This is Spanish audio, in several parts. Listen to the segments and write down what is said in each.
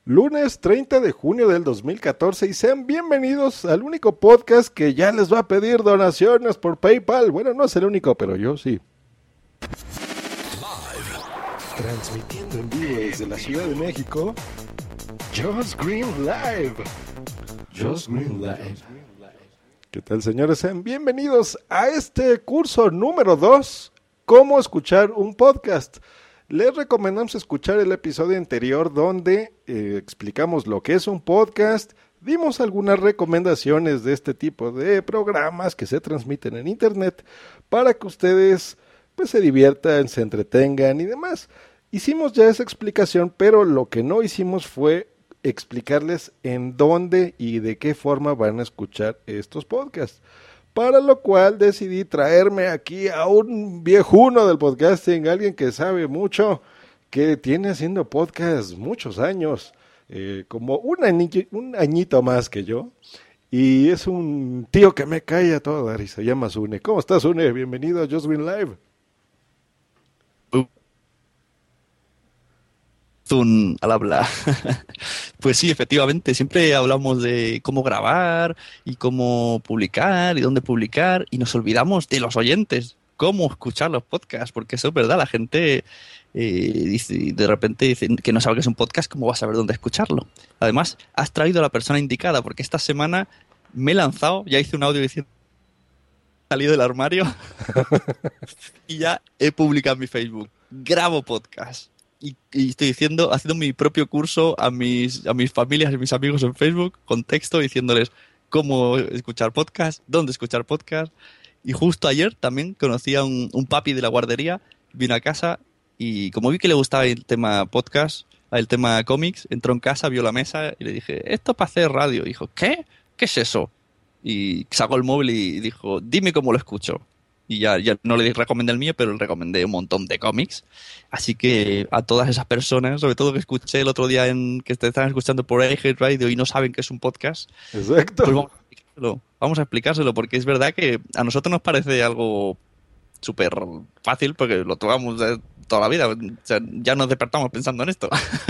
Lunes 30 de junio del 2014 y sean bienvenidos al único podcast que ya les va a pedir donaciones por PayPal. Bueno, no es el único, pero yo sí. Transmitiendo en vivo desde la Ciudad de México, Just Green Live. Just Green Live. ¿Qué tal, señores? Sean bienvenidos a este curso número 2, Cómo escuchar un podcast. Les recomendamos escuchar el episodio anterior donde explicamos lo que es un podcast, dimos algunas recomendaciones de este tipo de programas que se transmiten en internet para que ustedes pues se diviertan, se entretengan y demás. Hicimos ya esa explicación, pero lo que no hicimos fue explicarles en dónde y de qué forma van a escuchar estos podcasts. Para lo cual decidí traerme aquí a un viejuno del podcasting, alguien que sabe mucho, que tiene haciendo podcast muchos años, como un añito más que yo, y es un tío que me cae a todo dar y se llama Sune. ¿Cómo estás, Sune? Bienvenido a Just Green Live. Al habla. Pues sí, efectivamente, siempre hablamos de cómo grabar y cómo publicar y dónde publicar y nos olvidamos de los oyentes, cómo escuchar los podcasts, porque eso es verdad, la gente de repente dice que no sabe qué es un podcast, ¿cómo va a saber dónde escucharlo? Además, has traído a la persona indicada, porque esta semana me he lanzado, ya hice un audio diciendo salido del armario y ya he publicado en mi Facebook. Grabo podcast. Y estoy haciendo mi propio curso a mis familias y mis amigos en Facebook, con texto, diciéndoles cómo escuchar podcast, dónde escuchar podcast. Y justo ayer también conocí a un papi de la guardería, vino a casa y como vi que le gustaba el tema podcast, el tema cómics, entró en casa, vio la mesa y le dije, esto es para hacer radio. Y dijo, ¿qué? ¿Qué es eso? Y sacó el móvil y dijo, dime cómo lo escucho. Y ya no le recomendé el mío, pero le recomendé un montón de cómics. Así que a todas esas personas, sobre todo que escuché el otro día que te están escuchando por iHeart Radio y no saben que es un podcast, Exacto. pues vamos a explicárselo, porque es verdad que a nosotros nos parece algo súper fácil, porque lo tomamos de toda la vida. O sea, ya nos despertamos pensando en esto.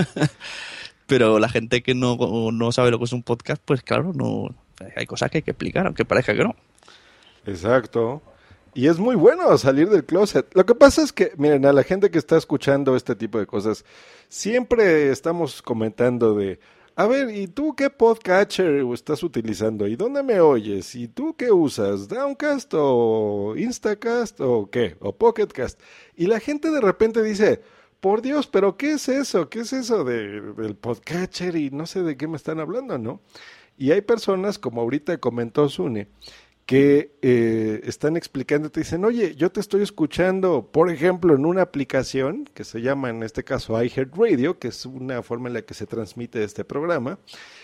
Pero la gente que no sabe lo que es un podcast, pues claro, no hay cosas que hay que explicar, aunque parezca que no. Exacto. Y es muy bueno salir del closet. Lo que pasa es que, miren, a la gente que está escuchando este tipo de cosas, siempre estamos comentando de, a ver, ¿y tú qué podcatcher estás utilizando? ¿Y dónde me oyes? ¿Y tú qué usas? ¿Downcast o Instacast o qué? ¿O Pocketcast? Y la gente de repente dice, por Dios, pero ¿qué es eso? ¿Qué es eso del podcatcher? Y no sé de qué me están hablando, ¿no? Y hay personas, como ahorita comentó Sune, que están explicando, te dicen, oye, yo te estoy escuchando, por ejemplo, en una aplicación que se llama, en este caso, iHeartRadio, que es una forma en la que se transmite este programa,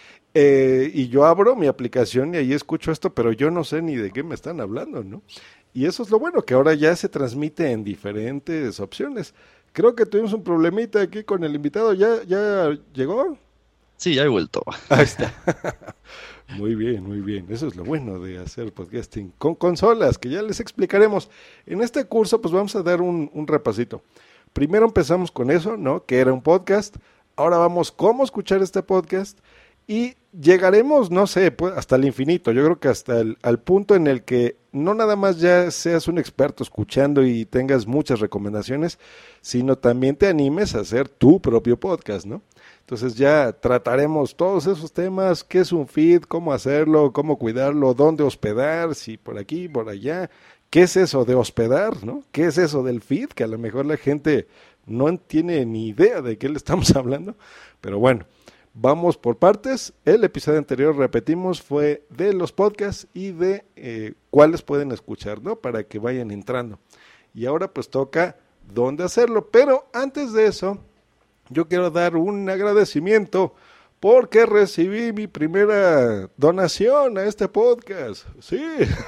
y yo abro mi aplicación y ahí escucho esto, pero yo no sé ni de qué me están hablando, ¿no? Y eso es lo bueno, que ahora ya se transmite en diferentes opciones. Creo que tuvimos un problemita aquí con el invitado, ¿ya llegó? Sí, ya he vuelto. Ahí está. Muy bien, muy bien. Eso es lo bueno de hacer podcasting con consolas, que ya les explicaremos. En este curso, pues vamos a dar un repasito. Primero empezamos con eso, ¿no? Que era un podcast. Ahora vamos cómo escuchar este podcast. Y llegaremos, no sé, pues, hasta el infinito. Yo creo que hasta al punto en el que no nada más ya seas un experto escuchando y tengas muchas recomendaciones, sino también te animes a hacer tu propio podcast, ¿no? Entonces ya trataremos todos esos temas, qué es un feed, cómo hacerlo, cómo cuidarlo, dónde hospedar, si por aquí, por allá, qué es eso de hospedar, ¿no? ¿Qué es eso del feed? Que a lo mejor la gente no tiene ni idea de qué le estamos hablando, pero bueno, vamos por partes. El episodio anterior, repetimos, fue de los podcasts y de cuáles pueden escuchar, ¿no? Para que vayan entrando. Y ahora pues toca dónde hacerlo, pero antes de eso yo quiero dar un agradecimiento porque recibí mi primera donación a este podcast. Sí.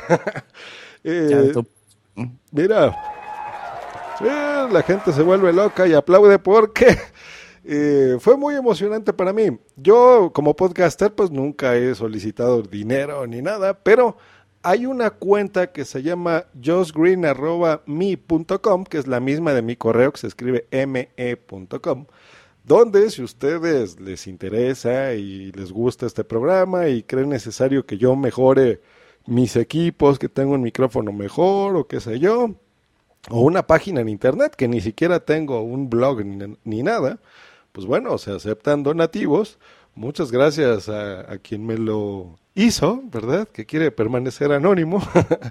eh, mira, sí, la gente se vuelve loca y aplaude porque fue muy emocionante para mí. Yo como podcaster pues nunca he solicitado dinero ni nada, pero hay una cuenta que se llama justgreen@me.com, que es la misma de mi correo, que se escribe me.com, donde si ustedes les interesa y les gusta este programa y creen necesario que yo mejore mis equipos, que tenga un micrófono mejor o qué sé yo, o una página en internet que ni siquiera tengo un blog ni nada, pues bueno, se aceptan donativos. Muchas gracias a quien me lo hizo, ¿verdad? Que quiere permanecer anónimo.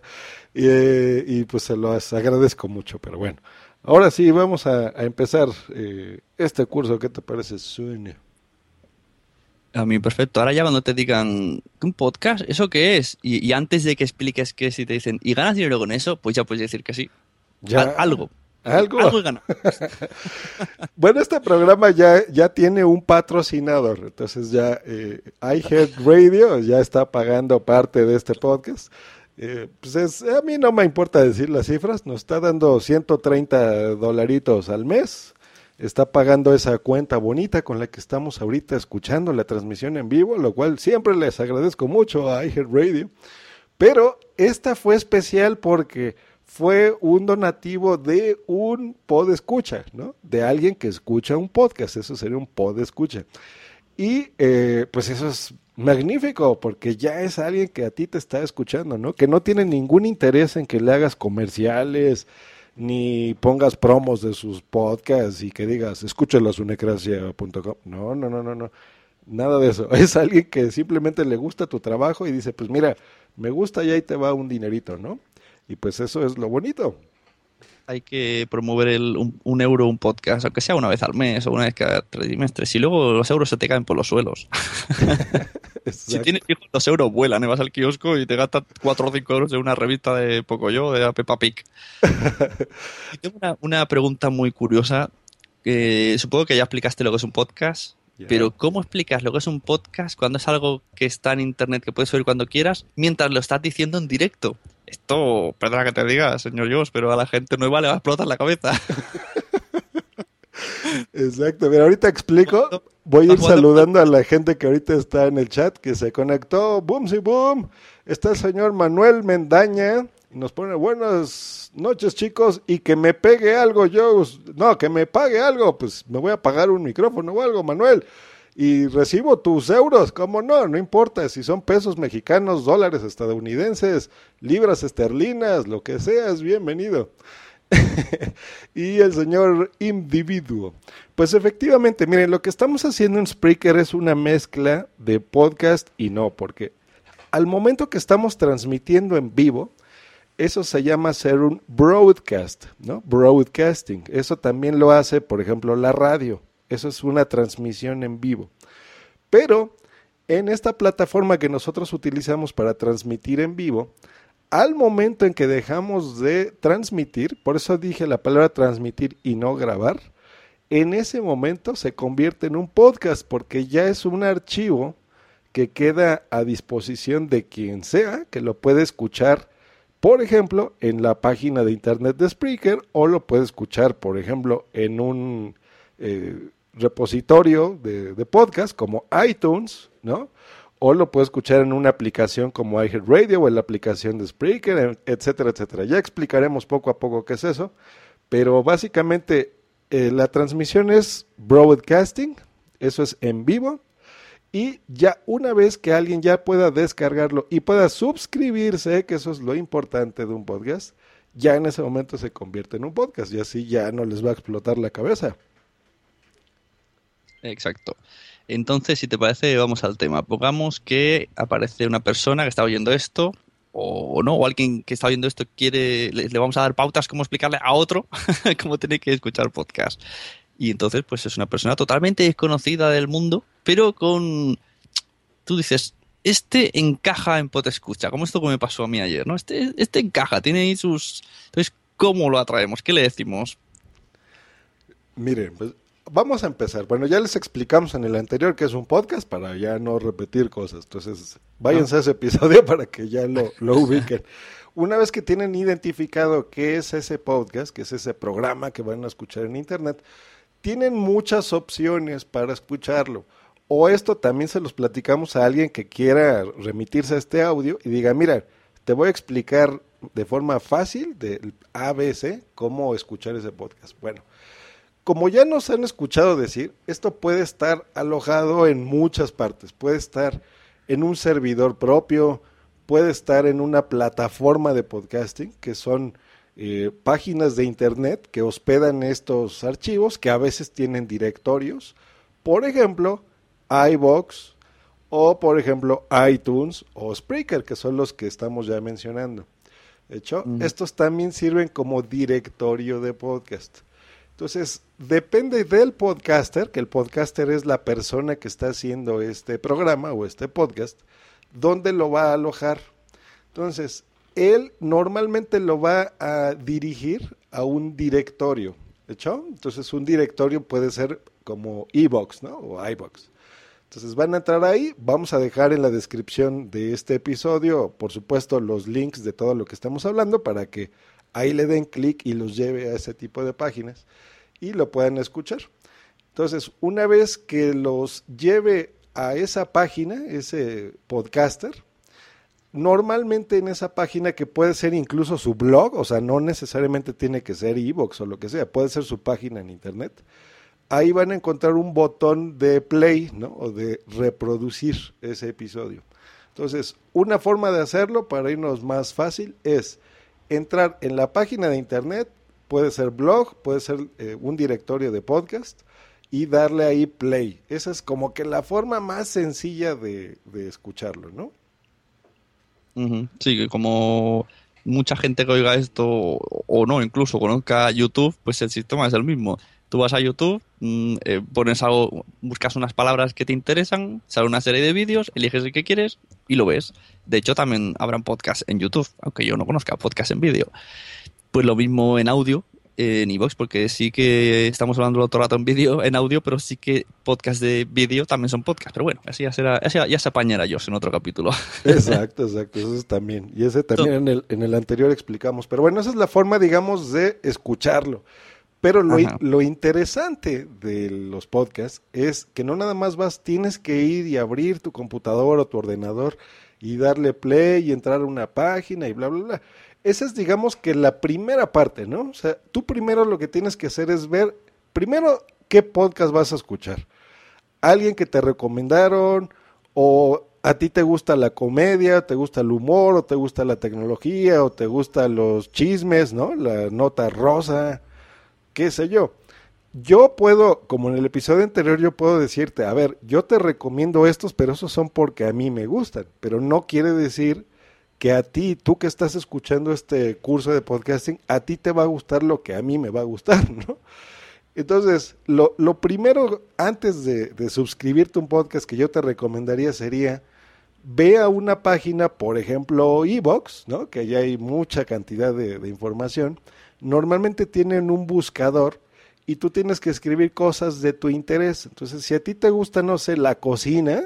y pues se los agradezco mucho, pero bueno. Ahora sí, vamos a empezar este curso. ¿Qué te parece, Sonia? A mí, perfecto. Ahora ya cuando te digan, ¿un podcast? ¿Eso qué es? Y antes de que expliques qué es y te dicen, ¿y ganas dinero con eso? Pues ya puedes decir que sí. Ya, Algo. ¿Algo? Algo he ganado. Bueno, este programa ya tiene un patrocinador. Entonces ya iHeartRadio ya está pagando parte de este podcast. Pues a mí no me importa decir las cifras. Nos está dando $130 al mes. Está pagando esa cuenta bonita con la que estamos ahorita escuchando la transmisión en vivo, lo cual siempre les agradezco mucho a iHeartRadio. Pero esta fue especial porque fue un donativo de un podescucha, ¿no? De alguien que escucha un podcast, eso sería un podescucha. Y pues eso es magnífico, porque ya es alguien que a ti te está escuchando, ¿no? Que no tiene ningún interés en que le hagas comerciales, ni pongas promos de sus podcasts y que digas, escúchalo a sunecracia.com. No, no, no, no, no. Nada de eso. Es alguien que simplemente le gusta tu trabajo y dice, pues mira, me gusta y ahí te va un dinerito, ¿no? Y pues eso es lo bonito. Hay que promover un euro un podcast, aunque sea una vez al mes o una vez cada trimestres. Y luego los euros se te caen por los suelos. Si tienes hijos, los euros vuelan. Vas al kiosco y te gastas 4 o 5 euros de una revista de Pocoyo, de Peppa Pig. Y tengo una pregunta muy curiosa. Supongo que ya explicaste lo que es un podcast. Yeah. Pero ¿cómo explicas lo que es un podcast cuando es algo que está en internet, que puedes oír cuando quieras, mientras lo estás diciendo en directo? Esto, perdona que te diga, señor Joss, pero a la gente nueva le va a explotar la cabeza. Exacto, mira, ahorita explico. Voy a ir saludando a la gente que ahorita está en el chat, que se conectó. Boom, sí, boom. Está el señor Manuel Mendaña. Y nos pone buenas noches, chicos, y que me pegue algo, Joss. No, que me pague algo, pues me voy a pagar un micrófono o algo, Manuel. Y recibo tus euros, ¿cómo no? No importa si son pesos mexicanos, dólares estadounidenses, libras esterlinas, lo que sea, es bienvenido. Y el señor individuo. Pues efectivamente, miren, lo que estamos haciendo en Spreaker es una mezcla de podcast y no, porque al momento que estamos transmitiendo en vivo, eso se llama ser un broadcast, ¿no? Broadcasting. Eso también lo hace, por ejemplo, la radio. Eso es una transmisión en vivo. Pero en esta plataforma que nosotros utilizamos para transmitir en vivo, al momento en que dejamos de transmitir, por eso dije la palabra transmitir y no grabar, en ese momento se convierte en un podcast porque ya es un archivo que queda a disposición de quien sea que lo puede escuchar, por ejemplo, en la página de internet de Spreaker, o lo puede escuchar, por ejemplo, en un repositorio de podcast como iTunes, ¿no? O lo puede escuchar en una aplicación como iHeartRadio o en la aplicación de Spreaker, etcétera, etcétera. Ya explicaremos poco a poco qué es eso, pero básicamente la transmisión es broadcasting, eso es en vivo, y ya una vez que alguien ya pueda descargarlo y pueda suscribirse, que eso es lo importante de un podcast, ya en ese momento se convierte en un podcast y así ya no les va a explotar la cabeza. Exacto. Entonces, si te parece, vamos al tema. Pongamos que aparece una persona que está oyendo esto, o no, o alguien que está oyendo esto quiere, le vamos a dar pautas cómo explicarle a otro cómo tiene que escuchar podcast. Y entonces, pues es una persona totalmente desconocida del mundo, pero tú dices, este encaja en Podescucha, como esto que me pasó a mí ayer, ¿no? Este encaja, tiene ahí sus... Entonces, ¿cómo lo atraemos? ¿Qué le decimos? Miren, pues vamos a empezar. Bueno, ya les explicamos en el anterior que es un podcast para ya no repetir cosas. Entonces, váyanse a ese episodio para que ya lo ubiquen. Una vez que tienen identificado qué es ese podcast, qué es ese programa que van a escuchar en internet, tienen muchas opciones para escucharlo. O esto también se los platicamos a alguien que quiera remitirse a este audio y diga, mira, te voy a explicar de forma fácil, del ABC, cómo escuchar ese podcast. Bueno, como ya nos han escuchado decir, esto puede estar alojado en muchas partes. Puede estar en un servidor propio, puede estar en una plataforma de podcasting, que son páginas de internet que hospedan estos archivos, que a veces tienen directorios. Por ejemplo, iVoox, o por ejemplo iTunes o Spreaker, que son los que estamos ya mencionando. De hecho, estos también sirven como directorio de podcast. Entonces, depende del podcaster, que el podcaster es la persona que está haciendo este programa o este podcast, dónde lo va a alojar. Entonces, él normalmente lo va a dirigir a un directorio. ¿De hecho? Entonces, un directorio puede ser como iVoox, ¿no? O iVoox. Entonces van a entrar ahí, vamos a dejar en la descripción de este episodio, por supuesto, los links de todo lo que estamos hablando para que ahí le den clic y los lleve a ese tipo de páginas y lo puedan escuchar. Entonces, una vez que los lleve a esa página, ese podcaster, normalmente en esa página, que puede ser incluso su blog, o sea, no necesariamente tiene que ser iVoox o lo que sea, puede ser su página en internet, ahí van a encontrar un botón de play, ¿no? O de reproducir ese episodio. Entonces, una forma de hacerlo para irnos más fácil es entrar en la página de internet, puede ser blog, puede ser un directorio de podcast y darle ahí play. Esa es como que la forma más sencilla de escucharlo, ¿no? Sí, que como mucha gente que oiga esto o no, incluso conozca YouTube, pues el sistema es el mismo. Tú vas a YouTube, pones algo, buscas unas palabras que te interesan, sale una serie de vídeos, eliges el que quieres y lo ves. De hecho, también habrán podcasts en YouTube, aunque yo no conozca podcasts en vídeo. Pues lo mismo en audio, en iVoox, porque sí que estamos hablando todo el rato en vídeo, en audio, pero sí que podcasts de vídeo también son podcasts. Pero bueno, así ya se apañará yo en otro capítulo. Exacto, eso es también. Y ese también en el anterior explicamos. Pero bueno, esa es la forma, digamos, de escucharlo. Pero lo interesante de los podcasts es que no nada más tienes que ir y abrir tu computador o tu ordenador y darle play y entrar a una página y bla, bla, bla. Esa es, digamos, que la primera parte, ¿no? O sea, tú primero lo que tienes que hacer es ver, primero, qué podcast vas a escuchar. Alguien que te recomendaron, o a ti te gusta la comedia, te gusta el humor, o te gusta la tecnología, o te gustan los chismes, ¿no? La nota rosa, qué sé yo. Yo puedo, como en el episodio anterior, yo puedo decirte, a ver, yo te recomiendo estos, pero esos son porque a mí me gustan. Pero no quiere decir que a ti, tú que estás escuchando este curso de podcasting, a ti te va a gustar lo que a mí me va a gustar, ¿no? Entonces, lo primero, antes de suscribirte a un podcast que yo te recomendaría sería, ve a una página, por ejemplo, iVoox, ¿no? Que allá hay mucha cantidad de información. Normalmente tienen un buscador y tú tienes que escribir cosas de tu interés. Entonces, si a ti te gusta, no sé, la cocina,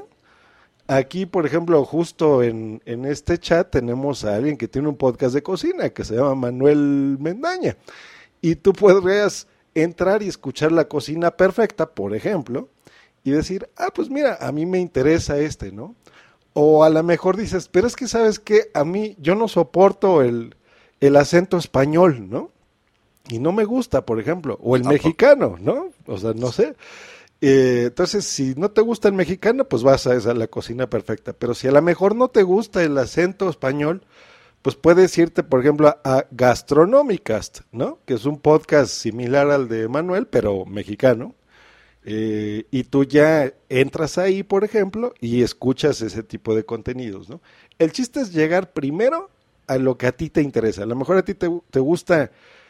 aquí, por ejemplo, justo en este chat tenemos a alguien que tiene un podcast de cocina que se llama Manuel Mendaña. Y tú podrías entrar y escuchar La Cocina Perfecta, por ejemplo, y decir, pues mira, a mí me interesa ¿no? O a lo mejor dices, pero es que ¿sabes qué? A mí, yo no soporto el acento español, ¿no? Y no me gusta, por ejemplo, o el mexicano, ¿no? O sea, no sé. Entonces, si no te gusta el mexicano, pues vas a esa La Cocina Perfecta. Pero si a lo mejor no te gusta el acento español, pues puedes irte, por ejemplo, a Gastronomicast, ¿no? Que es un podcast similar al de Manuel, pero mexicano. Y tú ya entras ahí, por ejemplo, y escuchas ese tipo de contenidos, ¿no? El chiste es llegar primero a lo que a ti te interesa. A lo mejor a ti te gusta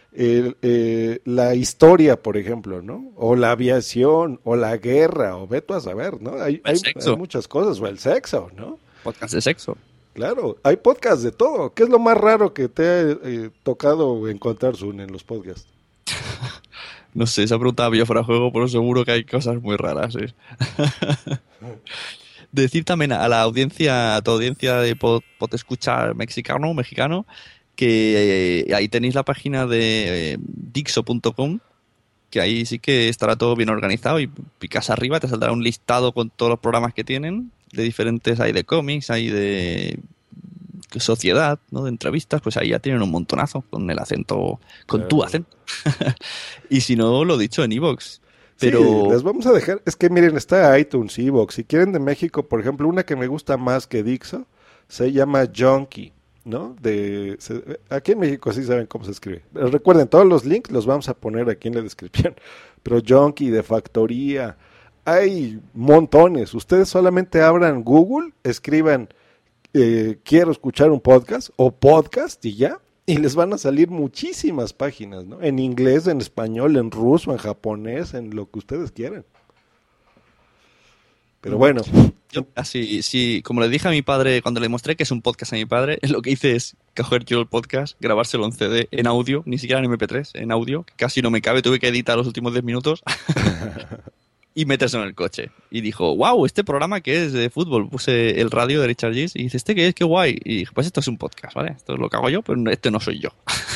la historia, por ejemplo, ¿no? O la aviación, o la guerra, o ve tú a saber, ¿no? Hay muchas cosas, o el sexo, ¿no? Podcast de sexo. Claro, hay podcasts de todo. ¿Qué es lo más raro que te ha tocado encontrar, Sun, en los podcasts? No sé, esa pregunta había fuera de juego, pero seguro que hay cosas muy raras, ¿eh? Decir también a la audiencia, a tu audiencia de escuchar mexicano, que ahí tenéis la página de Dixo.com, que ahí sí que estará todo bien organizado y picas arriba, te saldrá un listado con todos los programas que tienen, de diferentes, hay de cómics, hay de Sociedad, ¿no? De entrevistas, pues ahí ya tienen un montonazo con el acento, con Claro. tu acento. Y si no, lo dicho en iVoox. Pero Sí, les vamos a dejar. Es que miren, está iTunes, Evox. Si quieren de México, por ejemplo, una que me gusta más que Dixo, se llama Junkie, ¿no? Aquí en México sí saben cómo se escribe. Pero recuerden, todos los links los vamos a poner aquí en la descripción. Pero Junkie, de Factoría, hay montones. Ustedes solamente abran Google, escriban quiero escuchar un podcast o podcast y ya. Y les van a salir muchísimas páginas, ¿no? En inglés, en español, en ruso, en japonés, en lo que ustedes quieran. Pero bueno, yo así, sí, como le dije a mi padre cuando le mostré que es un podcast a mi padre, lo que hice es coger yo el podcast, grabárselo en CD, en audio, ni siquiera en MP3, en audio, que casi no me cabe, tuve que editar los últimos 10 minutos y meterse en el coche. Y dijo, wow, este programa que es de fútbol, puse el radio de Richard Gere y dice, ¿este qué es? Qué guay. Y dije, pues esto es un podcast, ¿vale? Esto es lo que hago yo, pero este no soy yo.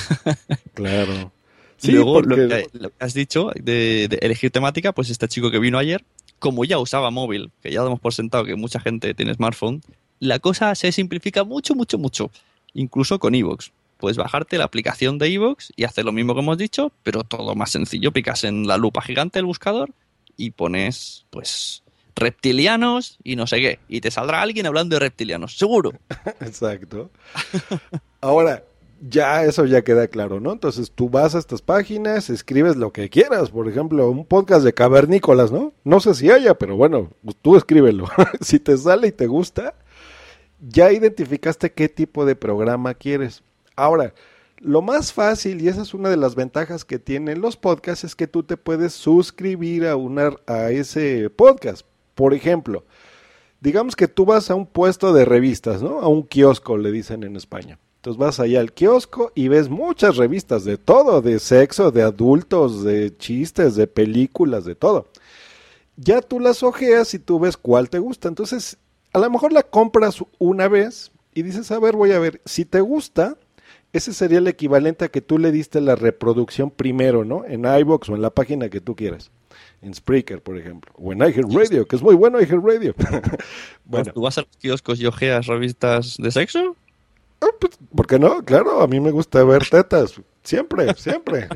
claro. Y Sí, luego porque lo que has dicho de elegir temática, pues este chico que vino ayer, como ya usaba móvil, que ya damos por sentado que mucha gente tiene smartphone, la cosa se simplifica mucho, mucho, mucho. Incluso con iVoox. Puedes bajarte la aplicación de iVoox y hacer lo mismo que hemos dicho, pero todo más sencillo. Picas en la lupa gigante del buscador y pones, pues, reptilianos y no sé qué. Y te saldrá alguien hablando de reptilianos, seguro. exacto. Ahora, ya eso ya queda claro, ¿no? Entonces tú vas a estas páginas, escribes lo que quieras, por ejemplo, un podcast de cavernícolas, ¿no? No sé si haya, pero bueno, tú escríbelo. Si te sale y te gusta, ya identificaste qué tipo de programa quieres. Ahora, lo más fácil, y esa es una de las ventajas que tienen los podcasts, es que tú te puedes suscribir a ese podcast. Por ejemplo, digamos que tú vas a un puesto de revistas, ¿no? A un kiosco, le dicen en España. Entonces vas allá al kiosco y ves muchas revistas de todo, de sexo, de adultos, de chistes, de películas, de todo. Ya tú las ojeas y tú ves cuál te gusta. Entonces, a lo mejor la compras una vez y dices, a ver, voy a ver, si te gusta, ese sería el equivalente a que tú le diste la reproducción primero, ¿no? En iVoox o en la página que tú quieras. En Spreaker, por ejemplo. O en iHeartRadio, que es muy bueno iHeartRadio. Bueno, ¿Tú vas a los kioscos y ojeas revistas de sexo? pues, ¿por qué no? Claro, a mí me gusta ver tetas. Siempre, siempre.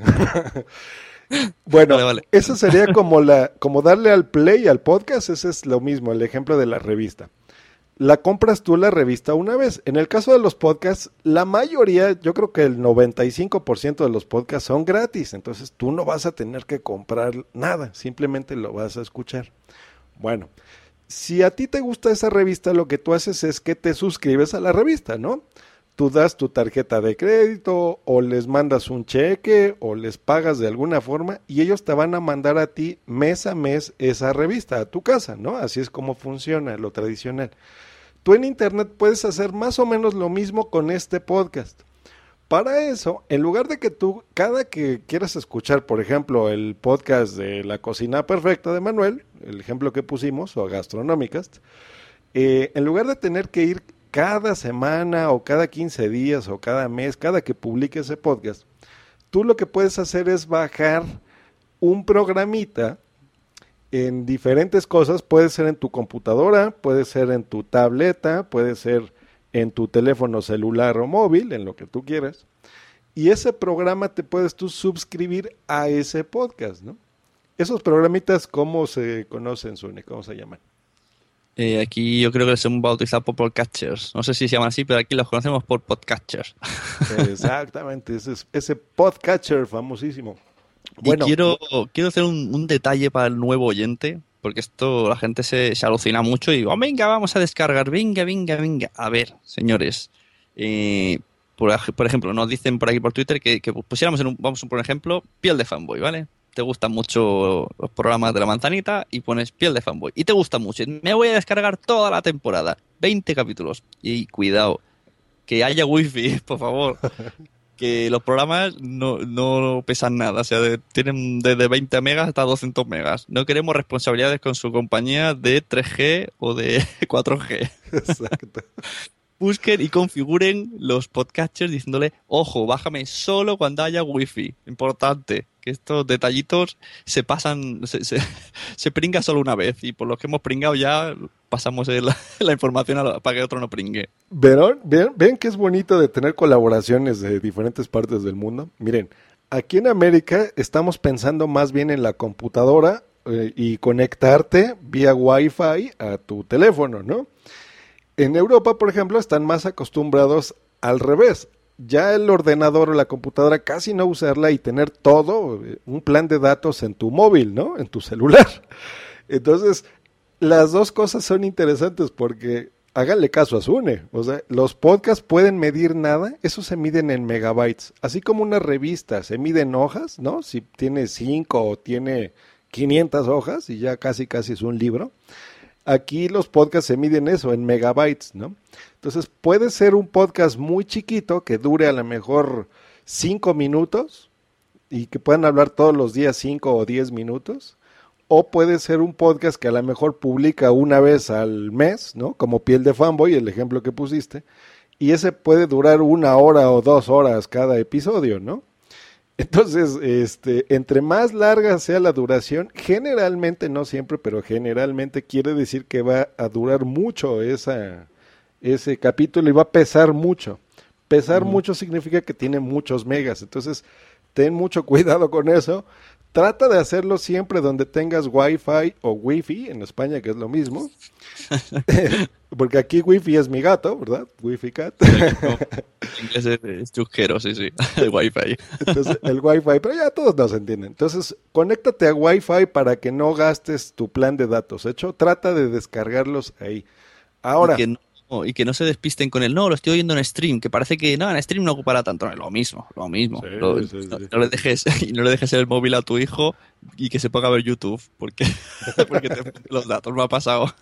Bueno, Vale, vale. eso sería como darle al play al podcast, ese es lo mismo, el ejemplo de la revista. La compras tú la revista una vez. En el caso de los podcasts, la mayoría, yo creo que el 95% de los podcasts son gratis, entonces tú no vas a tener que comprar nada, simplemente lo vas a escuchar. Bueno, si a ti te gusta esa revista, lo que tú haces es que te suscribes a la revista, ¿no? Tú das tu tarjeta de crédito o les mandas un cheque o les pagas de alguna forma y ellos te van a mandar a ti mes a mes esa revista a tu casa, ¿no? Así es como funciona lo tradicional. Tú en internet puedes hacer más o menos lo mismo con este podcast. Para eso, en lugar de que tú, cada que quieras escuchar, por ejemplo, el podcast de La Cocina Perfecta de Manuel, el ejemplo que pusimos, o Gastronómicas, en lugar de tener que ir cada semana o cada 15 días o cada mes, cada que publique ese podcast, tú lo que puedes hacer es bajar un programita en diferentes cosas, puede ser en tu computadora, puede ser en tu tableta, puede ser en tu teléfono celular o móvil, en lo que tú quieras, y ese programa te puedes tú suscribir a ese podcast, ¿no? Esos programitas, ¿cómo se conocen, Sune? ¿Cómo se llaman? Aquí yo creo que se han bautizado por podcatchers. No sé si se llaman así, pero aquí los conocemos por podcatchers. Exactamente, ese podcatcher famosísimo. Y Bueno, quiero hacer un detalle para el nuevo oyente, porque esto la gente se alucina mucho y, oh, venga, vamos a descargar, venga, venga, venga. A ver, señores, por ejemplo, nos dicen por aquí por Twitter que pusiéramos vamos a poner ejemplo, piel de fanboy, ¿vale? Te gustan mucho los programas de la manzanita y pones piel de fanboy. Y te gusta mucho. Me voy a descargar toda la temporada, 20 capítulos. Y cuidado, que haya wifi, por favor. Que los programas no pesan nada, o sea, tienen desde 20 megas hasta 200 megas. No queremos responsabilidades con su compañía de 3G o de 4G. exacto. busquen y configuren los podcatchers diciéndole, ojo, bájame solo cuando haya wifi. Importante, que estos detallitos se pasan, se pringa solo una vez y por los que hemos pringado ya pasamos la información para que otro no pringue. ¿Ven que es bonito de tener colaboraciones de diferentes partes del mundo? Miren, aquí en América estamos pensando más bien en la computadora y conectarte vía Wi-Fi a tu teléfono, ¿no? En Europa, por ejemplo, están más acostumbrados al revés. Ya el ordenador o la computadora casi no usarla y tener todo, un plan de datos en tu móvil, ¿no? En tu celular. Entonces, las dos cosas son interesantes porque háganle caso a Sune. O sea, los podcasts pueden medir nada, eso se miden en megabytes. Así como una revista se mide en hojas, ¿no? Si tiene 5 o tiene 500 hojas y ya casi es un libro. Aquí los podcasts se miden eso, en megabytes, ¿no? Entonces puede ser un podcast muy chiquito que dure a lo mejor 5 minutos y que puedan hablar todos los días 5 o 10 minutos. O puede ser un podcast que a lo mejor publica una vez al mes, ¿no? Como Piel de Fanboy, el ejemplo que pusiste. Y ese puede durar 1 hora o 2 horas cada episodio, ¿no? Entonces, entre más larga sea la duración, generalmente, no siempre, pero generalmente quiere decir que va a durar mucho ese capítulo y va a pesar mucho. Pesar mucho significa que tiene muchos megas, entonces ten mucho cuidado con eso. Trata de hacerlo siempre donde tengas Wi-Fi o Wi-Fi, en España, que es lo mismo. Porque aquí Wi-Fi es mi gato, ¿verdad? Wi-Fi cat. En inglés es chusquero, sí, el Wi-Fi. Entonces, el Wi-Fi, pero ya todos nos entienden. Entonces, conéctate a Wi-Fi para que no gastes tu plan de datos. De hecho, trata de descargarlos ahí. Ahora... Y que no se despisten con el, no, lo estoy oyendo en stream, que parece que no, en stream no ocupará tanto. No, lo mismo. Sí. No le dejes el móvil a tu hijo y que se ponga a ver YouTube, porque los datos me ha pasado.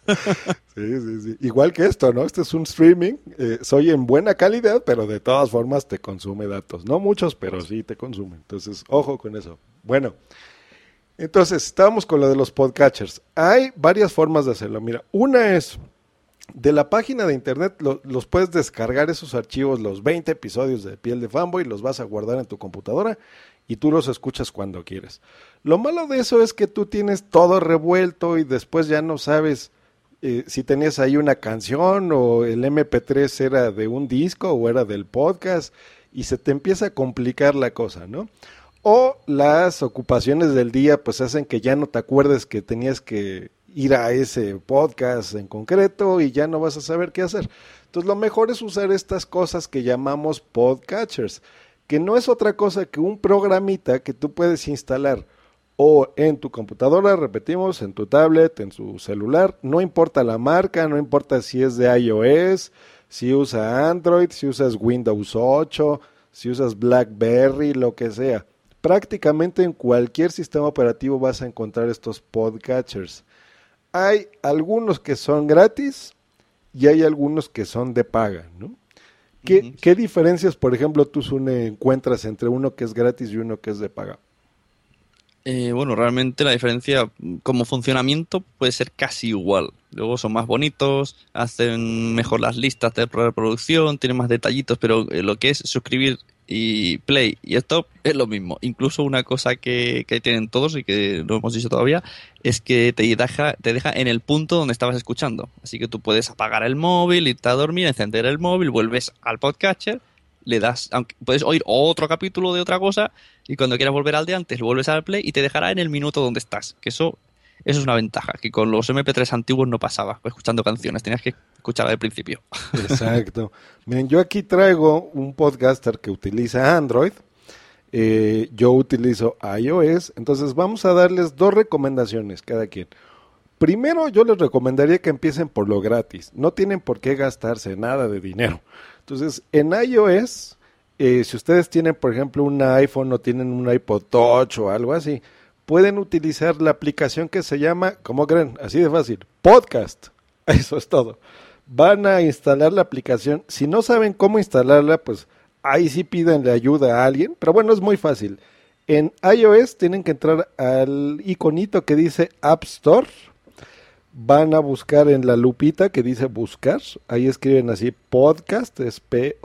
Sí. Igual que esto, ¿no? Este es un streaming, soy en buena calidad, pero de todas formas te consume datos. No muchos, pero sí te consume. Entonces, ojo con eso. Bueno, entonces, estábamos con lo de los podcatchers. Hay varias formas de hacerlo. Mira, una es... De la página de internet los puedes descargar esos archivos, los 20 episodios de Piel de Fanboy, los vas a guardar en tu computadora y tú los escuchas cuando quieres. Lo malo de eso es que tú tienes todo revuelto y después ya no sabes si tenías ahí una canción o el MP3 era de un disco o era del podcast y se te empieza a complicar la cosa, ¿no? O las ocupaciones del día pues hacen que ya no te acuerdes que tenías que ir a ese podcast en concreto y ya no vas a saber qué hacer. Entonces lo mejor es usar estas cosas que llamamos podcatchers, que no es otra cosa que un programita que tú puedes instalar o en tu computadora, repetimos, en tu tablet, en tu celular, no importa la marca, no importa si es de iOS, si usa Android, si usas Windows 8, si usas BlackBerry, lo que sea. Prácticamente en cualquier sistema operativo vas a encontrar estos podcatchers. Hay algunos que son gratis y hay algunos que son de paga, ¿no? ¿Qué diferencias, por ejemplo, tú, Sune, encuentras entre uno que es gratis y uno que es de paga? Bueno, realmente la diferencia como funcionamiento puede ser casi igual. Luego son más bonitos, hacen mejor las listas de reproducción, tienen más detallitos, pero lo que es suscribir y play y stop es lo mismo. Incluso una cosa que tienen todos y que no hemos dicho todavía es que te deja en el punto donde estabas escuchando. Así que tú puedes apagar el móvil, irte a dormir, encender el móvil, vuelves al podcatcher, le das, aunque puedes oír otro capítulo de otra cosa y cuando quieras volver al de antes lo vuelves al play y te dejará en el minuto donde estás. Que eso es una ventaja, que con los MP3 antiguos no pasaba, escuchando canciones, tenías que escucharla al principio. Exacto. Miren, yo aquí traigo un podcaster que utiliza Android, yo utilizo iOS, entonces vamos a darles 2 recomendaciones cada quien. Primero, yo les recomendaría que empiecen por lo gratis, no tienen por qué gastarse nada de dinero. Entonces, en iOS, si ustedes tienen, por ejemplo, un iPhone o tienen un iPod Touch o algo así, pueden utilizar la aplicación que se llama, ¿cómo creen? Así de fácil, Podcast. Eso es todo. Van a instalar la aplicación. Si no saben cómo instalarla, pues ahí sí pídanle ayuda a alguien. Pero bueno, es muy fácil. En iOS tienen que entrar al iconito que dice App Store. van a buscar en la lupita que dice buscar, ahí escriben así podcast, es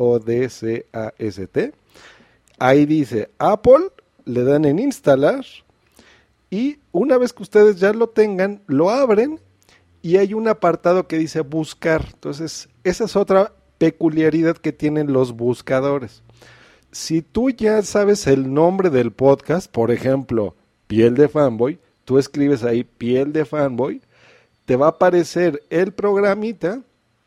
Podcast, ahí dice Apple, le dan en instalar y una vez que ustedes ya lo tengan, lo abren y hay un apartado que dice buscar. Entonces, esa es otra peculiaridad que tienen los buscadores. Si tú ya sabes el nombre del podcast, por ejemplo, Piel de Fanboy, tú escribes ahí Piel de Fanboy, te va a aparecer el programita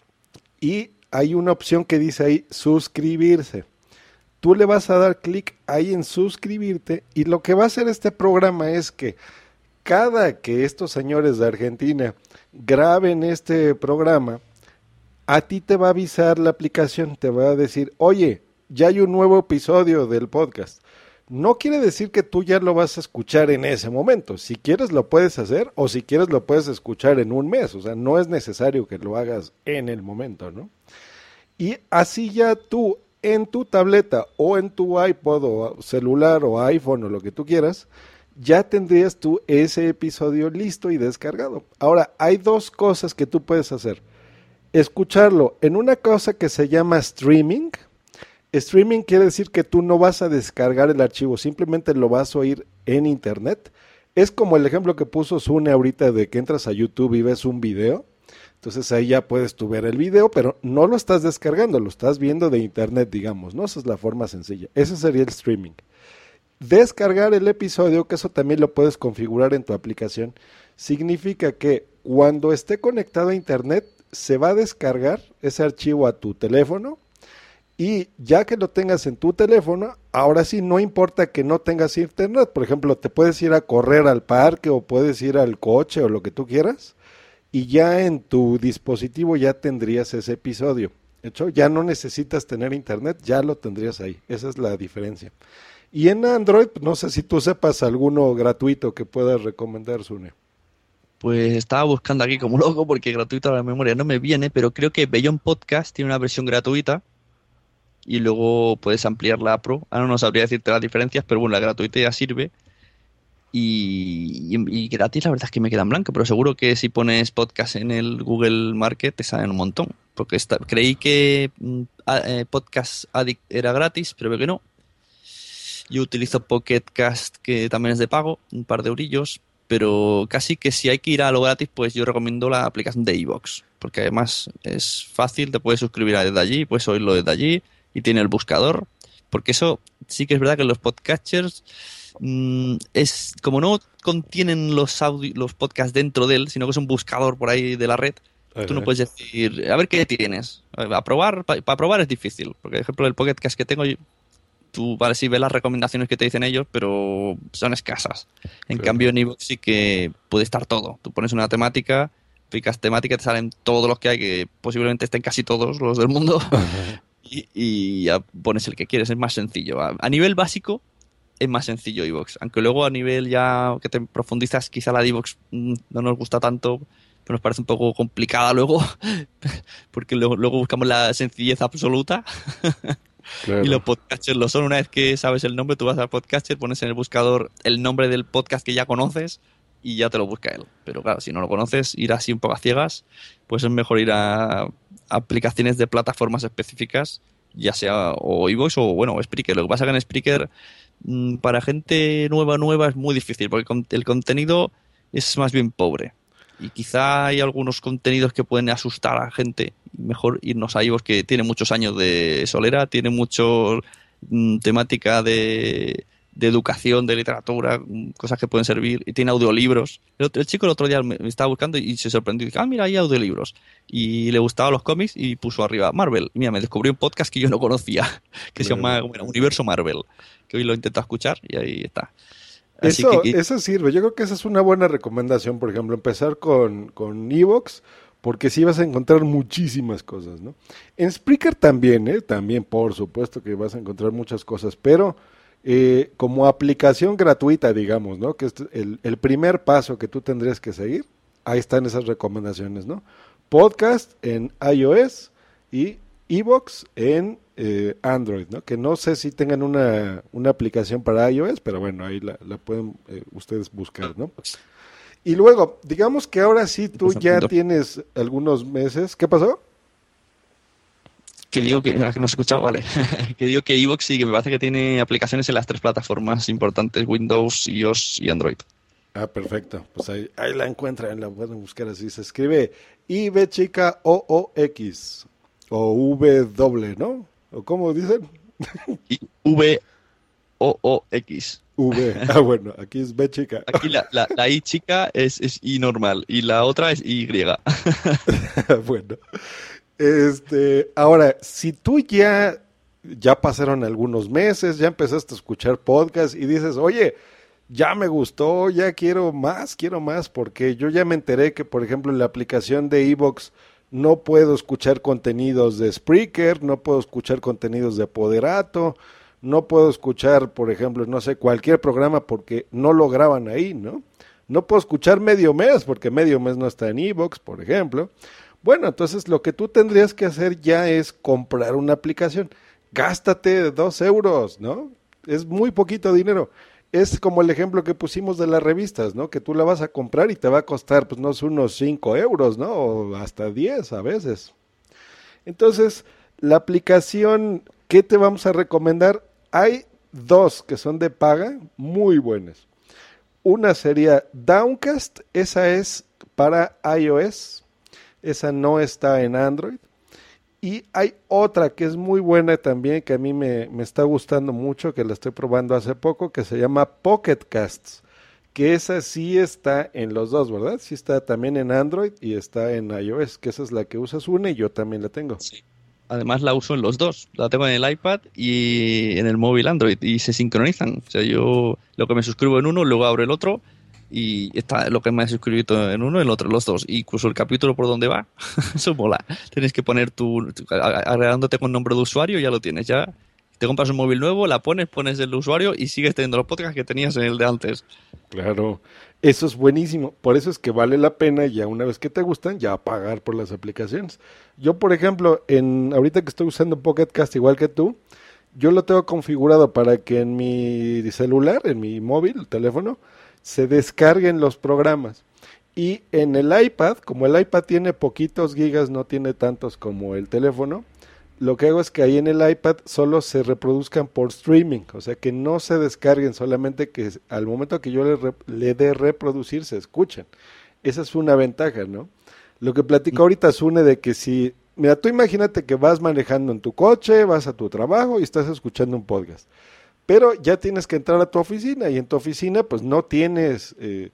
y hay una opción que dice ahí suscribirse. Tú le vas a dar clic ahí en suscribirte y lo que va a hacer este programa es que cada que estos señores de Argentina graben este programa, a ti te va a avisar la aplicación, te va a decir, oye, ya hay un nuevo episodio del podcast. No quiere decir que tú ya lo vas a escuchar en ese momento. Si quieres lo puedes hacer o si quieres lo puedes escuchar en un mes. O sea, no es necesario que lo hagas en el momento, ¿no? Y así ya tú en tu tableta o en tu iPod o celular o iPhone o lo que tú quieras, ya tendrías tú ese episodio listo y descargado. Ahora, hay dos cosas que tú puedes hacer. Escucharlo en una cosa que se llama streaming. Streaming quiere decir que tú no vas a descargar el archivo, simplemente lo vas a oír en internet. Es como el ejemplo que puso Sune ahorita de que entras a YouTube y ves un video. Entonces ahí ya puedes tú ver el video, pero no lo estás descargando, lo estás viendo de internet, digamos, ¿no? Esa es la forma sencilla. Ese sería el streaming. Descargar el episodio, que eso también lo puedes configurar en tu aplicación, significa que cuando esté conectado a internet, se va a descargar ese archivo a tu teléfono. Y ya que lo tengas en tu teléfono, ahora sí no importa que no tengas internet. Por ejemplo, te puedes ir a correr al parque o puedes ir al coche o lo que tú quieras. Y ya en tu dispositivo ya tendrías ese episodio. De hecho, ya no necesitas tener internet, ya lo tendrías ahí. Esa es la diferencia. Y en Android, no sé si tú sepas alguno gratuito que puedas recomendar, Sune. Pues estaba buscando aquí como loco porque gratuito a la memoria no me viene, pero creo que Beyond Podcast tiene una versión gratuita y luego puedes ampliar la Pro. Ahora no sabría decirte las diferencias, pero bueno, la gratuita ya sirve. Y gratis la verdad es que me queda en blanco, pero seguro que si pones podcast en el Google Market te salen un montón. Porque creí que Podcast Addict era gratis, pero veo que no. Yo utilizo Pocket Cast, que también es de pago, un par de eurillos, pero casi que si hay que ir a lo gratis, pues yo recomiendo la aplicación de iVoox, porque además es fácil, te puedes suscribir desde allí, puedes oírlo desde allí y tiene el buscador, porque eso sí que es verdad que los podcatchers es como no contienen los podcasts dentro de él, sino que es un buscador por ahí de la red. Tú no puedes decir, a ver qué tienes. A probar, para probar es difícil, porque por ejemplo el Pocket Cast que tengo, tú vale sí ves las recomendaciones que te dicen ellos, pero son escasas. En cambio en iVoox sí que puede estar todo. Tú pones una temática, picas temática, te salen todos los que hay, que posiblemente estén casi todos los del mundo, y ya pones el que quieres, es más sencillo. A nivel básico es más sencillo iVoox, aunque luego a nivel ya que te profundizas, quizá la de iVoox no nos gusta tanto, pero nos parece un poco complicada luego, porque luego buscamos la sencillez absoluta. Claro. Y los podcasters lo son. Una vez que sabes el nombre, tú vas al podcaster, pones en el buscador el nombre del podcast que ya conoces y ya te lo busca él. Pero claro, si no lo conoces, ir así un poco a ciegas, pues es mejor ir a aplicaciones de plataformas específicas, ya sea o iVoox o bueno, Spreaker. Lo que pasa es que en Spreaker para gente nueva es muy difícil, porque el contenido es más bien pobre. Y quizá hay algunos contenidos que pueden asustar a la gente. Mejor irnos a iVoox, que tiene muchos años de solera, tiene mucho temática de educación, de literatura, cosas que pueden servir, y tiene audiolibros. El chico el otro día me estaba buscando y se sorprendió. Dice, mira, hay audiolibros. Y le gustaban los cómics y puso arriba Marvel. Mira, me descubrió un podcast que yo no conocía, que se llama Universo Marvel, que hoy lo intento escuchar y ahí está. Eso sirve. Yo creo que esa es una buena recomendación, por ejemplo, empezar con iVoox, porque sí vas a encontrar muchísimas cosas, ¿no? En Spreaker también, también por supuesto que vas a encontrar muchas cosas, pero como aplicación gratuita, digamos, ¿no? Que es el primer paso que tú tendrías que seguir, ahí están esas recomendaciones, ¿no? Podcast en iOS y iVoox en Android, ¿no? Que no sé si tengan una aplicación para iOS, pero bueno, ahí la pueden ustedes buscar, ¿no? Y luego, digamos que ahora sí tú ya tienes algunos meses. ¿Qué pasó? Que digo que no se escuchaba, vale. Que digo que iVoox sí, que me parece que tiene aplicaciones en las 3 plataformas importantes, Windows, iOS y Android. Ah, perfecto. Pues ahí la encuentran, la pueden buscar así. Se escribe IB chica OOX o W, ¿no? ¿O cómo dicen? Y VOOX. V. Bueno, aquí es B chica. Aquí la I chica es I normal y la otra es Y. Bueno. Ahora, si tú ya pasaron algunos meses, ya empezaste a escuchar podcast y dices, oye, ya me gustó, ya quiero más, porque yo ya me enteré que, por ejemplo, en la aplicación de iVoox no puedo escuchar contenidos de Spreaker, no puedo escuchar contenidos de Poderato, no puedo escuchar, por ejemplo, no sé, cualquier programa porque no lo graban ahí, ¿no? No puedo escuchar Medio Mes porque Medio Mes no está en iVoox, por ejemplo. Bueno, entonces lo que tú tendrías que hacer ya es comprar una aplicación. Gástate 2 euros, ¿no? Es muy poquito dinero. Es como el ejemplo que pusimos de las revistas, ¿no? Que tú la vas a comprar y te va a costar, pues, no sé, unos 5 euros, ¿no? O hasta 10 a veces. Entonces, la aplicación que te vamos a recomendar, hay dos que son de paga, muy buenas. Una sería Downcast, esa es para iOS. Esa no está en Android. Y hay otra que es muy buena también, que a mí me está gustando mucho, que la estoy probando hace poco, que se llama Pocket Casts, que esa sí está en los dos, ¿verdad? Sí está también en Android y está en iOS, que esa es la que usas una y yo también la tengo. Sí. Además la uso en los dos. La tengo en el iPad y en el móvil Android y se sincronizan. O sea, yo lo que me suscribo en uno, luego abro el otro y está lo que me he suscrito en uno, en el otro, los dos. Incluso el capítulo por donde va. Eso mola. Tienes que poner agregándote con nombre de usuario, ya lo tienes. Ya te compras un móvil nuevo, la pones el usuario y sigues teniendo los podcasts que tenías en el de antes. Claro, eso es buenísimo. Por eso es que vale la pena ya una vez que te gustan, ya pagar por las aplicaciones. Yo, por ejemplo, ahorita que estoy usando Pocket Cast igual que tú, yo lo tengo configurado para que en mi celular, en mi móvil, el teléfono, se descarguen los programas. Y en el iPad, como el iPad tiene poquitos gigas, no tiene tantos como el teléfono, lo que hago es que ahí en el iPad solo se reproduzcan por streaming, o sea que no se descarguen, solamente que al momento que yo le dé reproducir se escuchan. Esa es una ventaja, ¿no? Lo que platico ahorita Sune de que si, mira, tú imagínate que vas manejando en tu coche, vas a tu trabajo y estás escuchando un podcast, pero ya tienes que entrar a tu oficina y en tu oficina pues no tienes,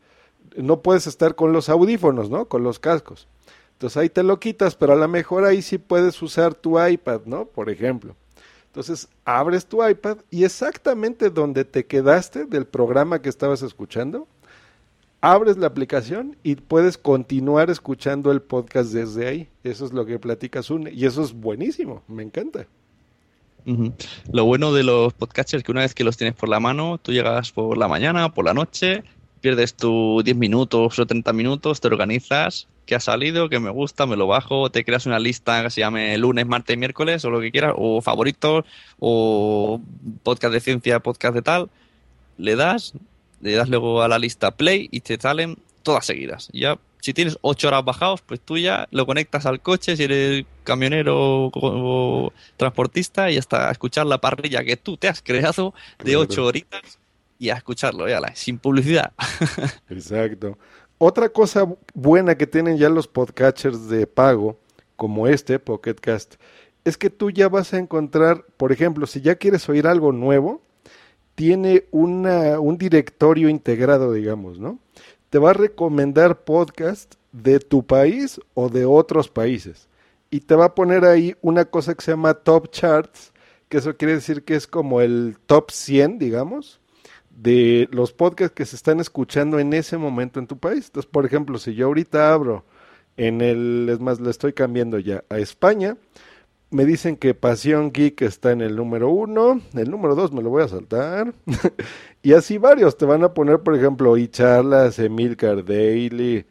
no puedes estar con los audífonos, ¿no? Con los cascos. Entonces ahí te lo quitas, pero a lo mejor ahí sí puedes usar tu iPad, ¿no? Por ejemplo. Entonces abres tu iPad y exactamente donde te quedaste del programa que estabas escuchando, abres la aplicación y puedes continuar escuchando el podcast desde ahí. Eso es lo que platica Sune y eso es buenísimo, me encanta. Uh-huh. Lo bueno de los podcasters es que una vez que los tienes por la mano, tú llegas por la mañana, por la noche, pierdes tus 10 minutos o 30 minutos, te organizas, qué ha salido, qué me gusta, me lo bajo, te creas una lista que se llame lunes, martes, miércoles o lo que quieras, o favoritos, o podcast de ciencia, podcast de tal, le das luego a la lista play y te salen todas seguidas. Y ya, si tienes 8 horas bajados, pues tú ya lo conectas al coche, si eres camionero o transportista, y hasta a escuchar la parrilla que tú te has creado de 8 horitas y a escucharlo, ya, sin publicidad. Exacto. Otra cosa buena que tienen ya los podcatchers de pago, como Pocket Cast, es que tú ya vas a encontrar, por ejemplo, si ya quieres oír algo nuevo, tiene un directorio integrado, digamos, ¿no? Te va a recomendar podcast de tu país o de otros países. Y te va a poner ahí una cosa que se llama Top Charts, que eso quiere decir que es como el top 100, digamos, de los podcasts que se están escuchando en ese momento en tu país. Entonces, por ejemplo, si yo ahorita abro es más, le estoy cambiando ya a España, me dicen que Pasión Geek está en el número 1, el número 2 me lo voy a saltar, y así varios, te van a poner, por ejemplo, iCharlas, Emilcar Daily,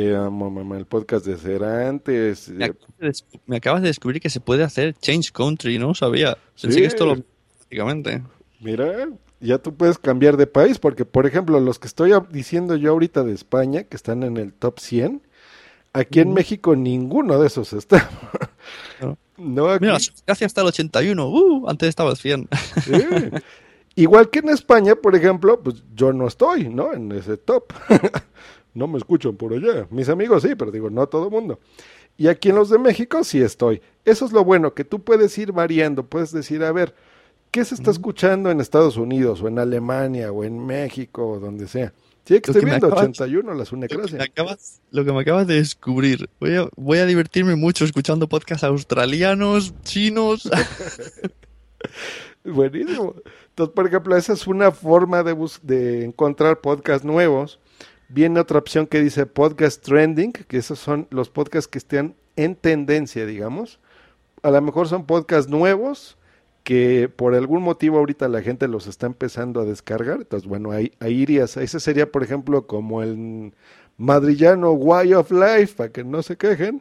el podcast de Cerantes. Me acabas de descubrir que se puede hacer Change Country, no sabía. Pensé Sí, que esto lo... prácticamente. mira, ya tú puedes cambiar de país, porque por ejemplo, los que estoy diciendo yo ahorita de España, que están en el top 100, aquí en México ninguno de esos está. No. No, aquí. Mira, casi hasta el 81. Antes estaba el 100. Sí. Igual que en España, por ejemplo, pues yo no estoy, ¿no? En ese top. No me escuchan por allá. Mis amigos sí, pero digo, no todo el mundo. Y aquí en los de México sí estoy. Eso es lo bueno, que tú puedes ir variando, puedes decir, a ver, ¿qué se está escuchando en Estados Unidos o en Alemania o en México o donde sea? Sí, que estoy viendo 81, la Sunecracia. Lo que me acabas de descubrir. Voy a divertirme mucho escuchando podcasts australianos, chinos. Buenísimo. Entonces, por ejemplo, esa es una forma de encontrar podcasts nuevos. Viene otra opción que dice podcast trending, que esos son los podcasts que estén en tendencia, digamos. A lo mejor son podcasts nuevos que por algún motivo ahorita la gente los está empezando a descargar. Entonces, bueno, ahí irías. Ese sería, por ejemplo, como el madrillano Way of Life, para que no se quejen.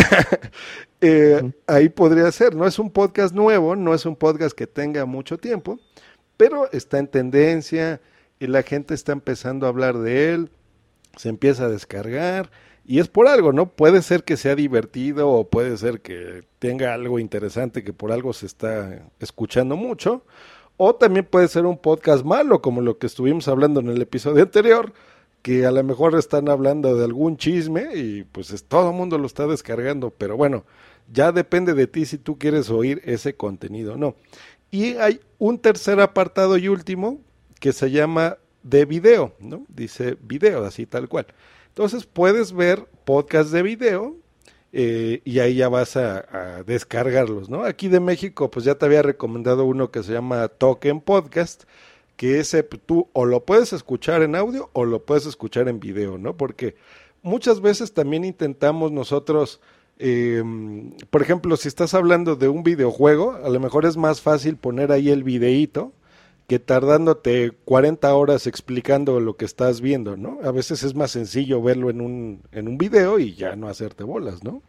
Ahí podría ser. No es un podcast nuevo, no es un podcast que tenga mucho tiempo, pero está en tendencia y la gente está empezando a hablar de él, se empieza a descargar y es por algo, ¿no? Puede ser que sea divertido o puede ser que tenga algo interesante que por algo se está escuchando mucho, o también puede ser un podcast malo como lo que estuvimos hablando en el episodio anterior, que a lo mejor están hablando de algún chisme y pues todo el mundo lo está descargando, pero bueno, ya depende de ti si tú quieres oír ese contenido, ¿no? Y hay un tercer apartado y último que se llama de video, ¿no? Dice video, así tal cual. Entonces puedes ver podcasts de video y ahí ya vas a descargarlos, ¿no? Aquí de México, pues ya te había recomendado uno que se llama Token Podcast, que ese tú o lo puedes escuchar en audio o lo puedes escuchar en video, ¿no? Porque muchas veces también intentamos nosotros, por ejemplo, si estás hablando de un videojuego, a lo mejor es más fácil poner ahí el videíto que tardándote 40 horas explicando lo que estás viendo, ¿no? A veces es más sencillo verlo en un video y ya no hacerte bolas, ¿no?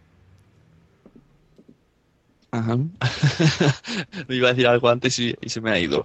Ajá. Me iba a decir algo antes y se me ha ido.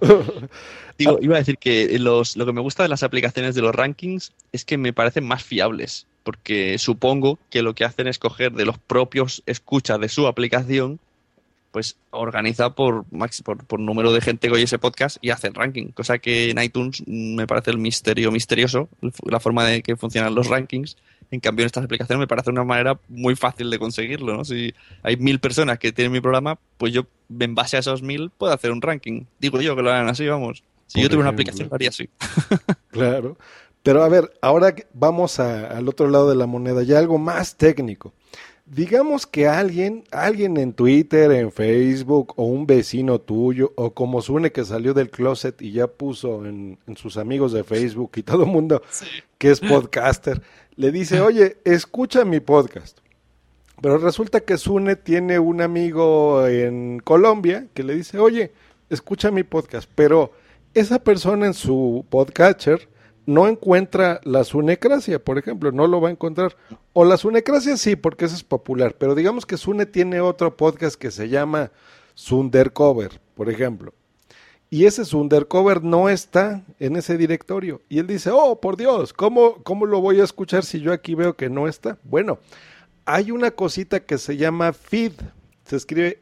Iba a decir que lo que me gusta de las aplicaciones de los rankings es que me parecen más fiables, porque supongo que lo que hacen es coger de los propios escuchas de su aplicación, pues organiza por número de gente que oye ese podcast y hace el ranking, cosa que en iTunes me parece el misterioso, la forma de que funcionan los rankings. En cambio, en estas aplicaciones me parece una manera muy fácil de conseguirlo, ¿no? Si hay 1000 personas que tienen mi programa, pues yo, en base a esos 1000, puedo hacer un ranking. Digo yo que lo hagan así, vamos. Si yo tuviera una aplicación, lo haría así. Claro. Pero a ver, ahora vamos al otro lado de la moneda, ya algo más técnico. Digamos que alguien en Twitter, en Facebook, o un vecino tuyo, o como Sune que salió del closet y ya puso en sus amigos de Facebook y todo el mundo que es podcaster, le dice, oye, escucha mi podcast. Pero resulta que Sune tiene un amigo en Colombia que le dice, oye, escucha mi podcast. Pero esa persona en su podcatcher no encuentra la Sunecracia, por ejemplo, no lo va a encontrar. O la Sunecracia sí, porque eso es popular, pero digamos que Sune tiene otro podcast que se llama Sundercover, por ejemplo. Y ese Sundercover no está en ese directorio. Y él dice, oh, por Dios, ¿cómo lo voy a escuchar si yo aquí veo que no está? Bueno, hay una cosita que se llama feed, se escribe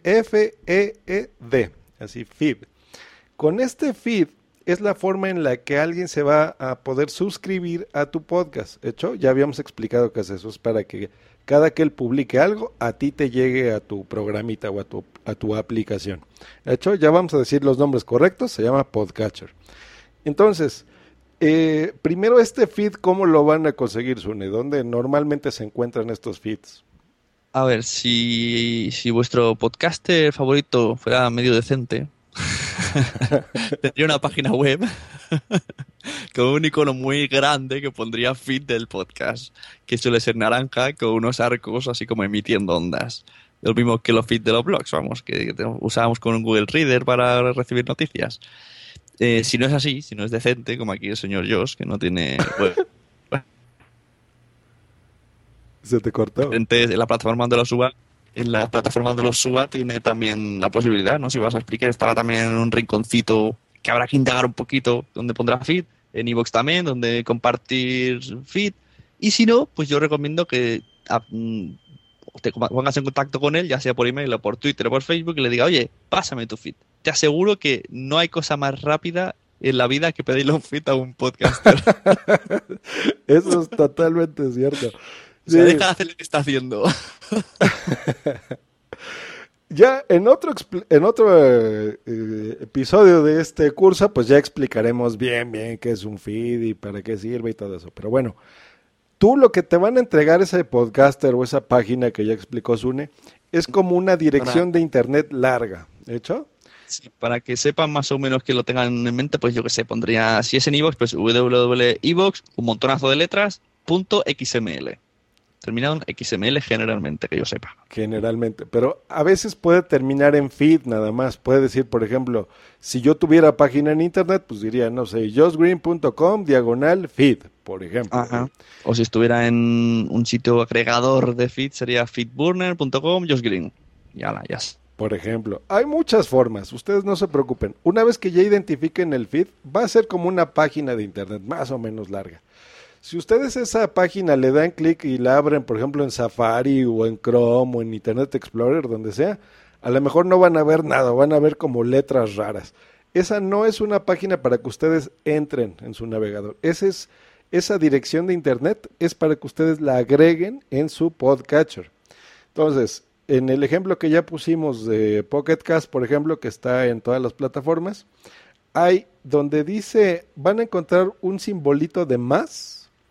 F-E-E-D, así, feed. Con este feed es la forma en la que alguien se va a poder suscribir a tu podcast. ¿Hecho? Ya habíamos explicado que es eso, es para que cada que él publique algo, a ti te llegue a tu programita o a tu aplicación. ¿Hecho? Ya vamos a decir los nombres correctos, se llama Podcatcher. Entonces, primero este feed, ¿cómo lo van a conseguir, Sune? ¿Dónde normalmente se encuentran estos feeds? A ver, si vuestro podcaster favorito fuera medio decente, tendría una página web con un icono muy grande que pondría feed del podcast, que suele ser naranja con unos arcos así como emitiendo ondas. Lo mismo que los feeds de los blogs, vamos, que usábamos con un Google Reader para recibir noticias. Si no es así, si no es decente, como aquí el señor Josh, que no tiene... Se te cortó. En la plataforma donde lo suba, tiene también la posibilidad, ¿no? Si vas a explicar, estará también en un rinconcito que habrá que indagar un poquito donde pondrá feed, en iVoox también, donde compartir feed. Y si no, pues yo recomiendo que te pongas en contacto con él, ya sea por email o por Twitter o por Facebook, y le diga, oye, pásame tu feed. Te aseguro que no hay cosa más rápida en la vida que pedirle un feed a un podcaster. Eso es totalmente cierto. O sea, Sí. deja de hacer lo que está haciendo. Ya en otro episodio de este curso, pues ya explicaremos bien qué es un feed y para qué sirve y todo eso. Pero bueno, tú lo que te van a entregar ese podcaster o esa página que ya explicó Sune, es como una dirección de internet larga, ¿hecho? Sí, para que sepan más o menos que lo tengan en mente, pues yo que sé, pondría, si es en iVoox, pues www.ivox, un montonazo de letras, .xml. Terminado en XML generalmente, que yo sepa. Generalmente, pero a veces puede terminar en feed nada más. Puede decir, por ejemplo, si yo tuviera página en internet, pues diría, no sé, justgreen.com/feed, por ejemplo. Ajá. O si estuviera en un sitio agregador de feed, sería feedburner.com, justgreen. Ya está. Por ejemplo, hay muchas formas, ustedes no se preocupen. Una vez que ya identifiquen el feed, va a ser como una página de internet más o menos larga. Si ustedes esa página le dan clic y la abren, por ejemplo, en Safari o en Chrome o en Internet Explorer, donde sea, a lo mejor no van a ver nada, van a ver como letras raras. Esa no es una página para que ustedes entren en su navegador. Esa dirección de Internet es para que ustedes la agreguen en su podcatcher. Entonces, en el ejemplo que ya pusimos de Pocket Cast, por ejemplo, que está en todas las plataformas, hay donde dice, van a encontrar un simbolito de más.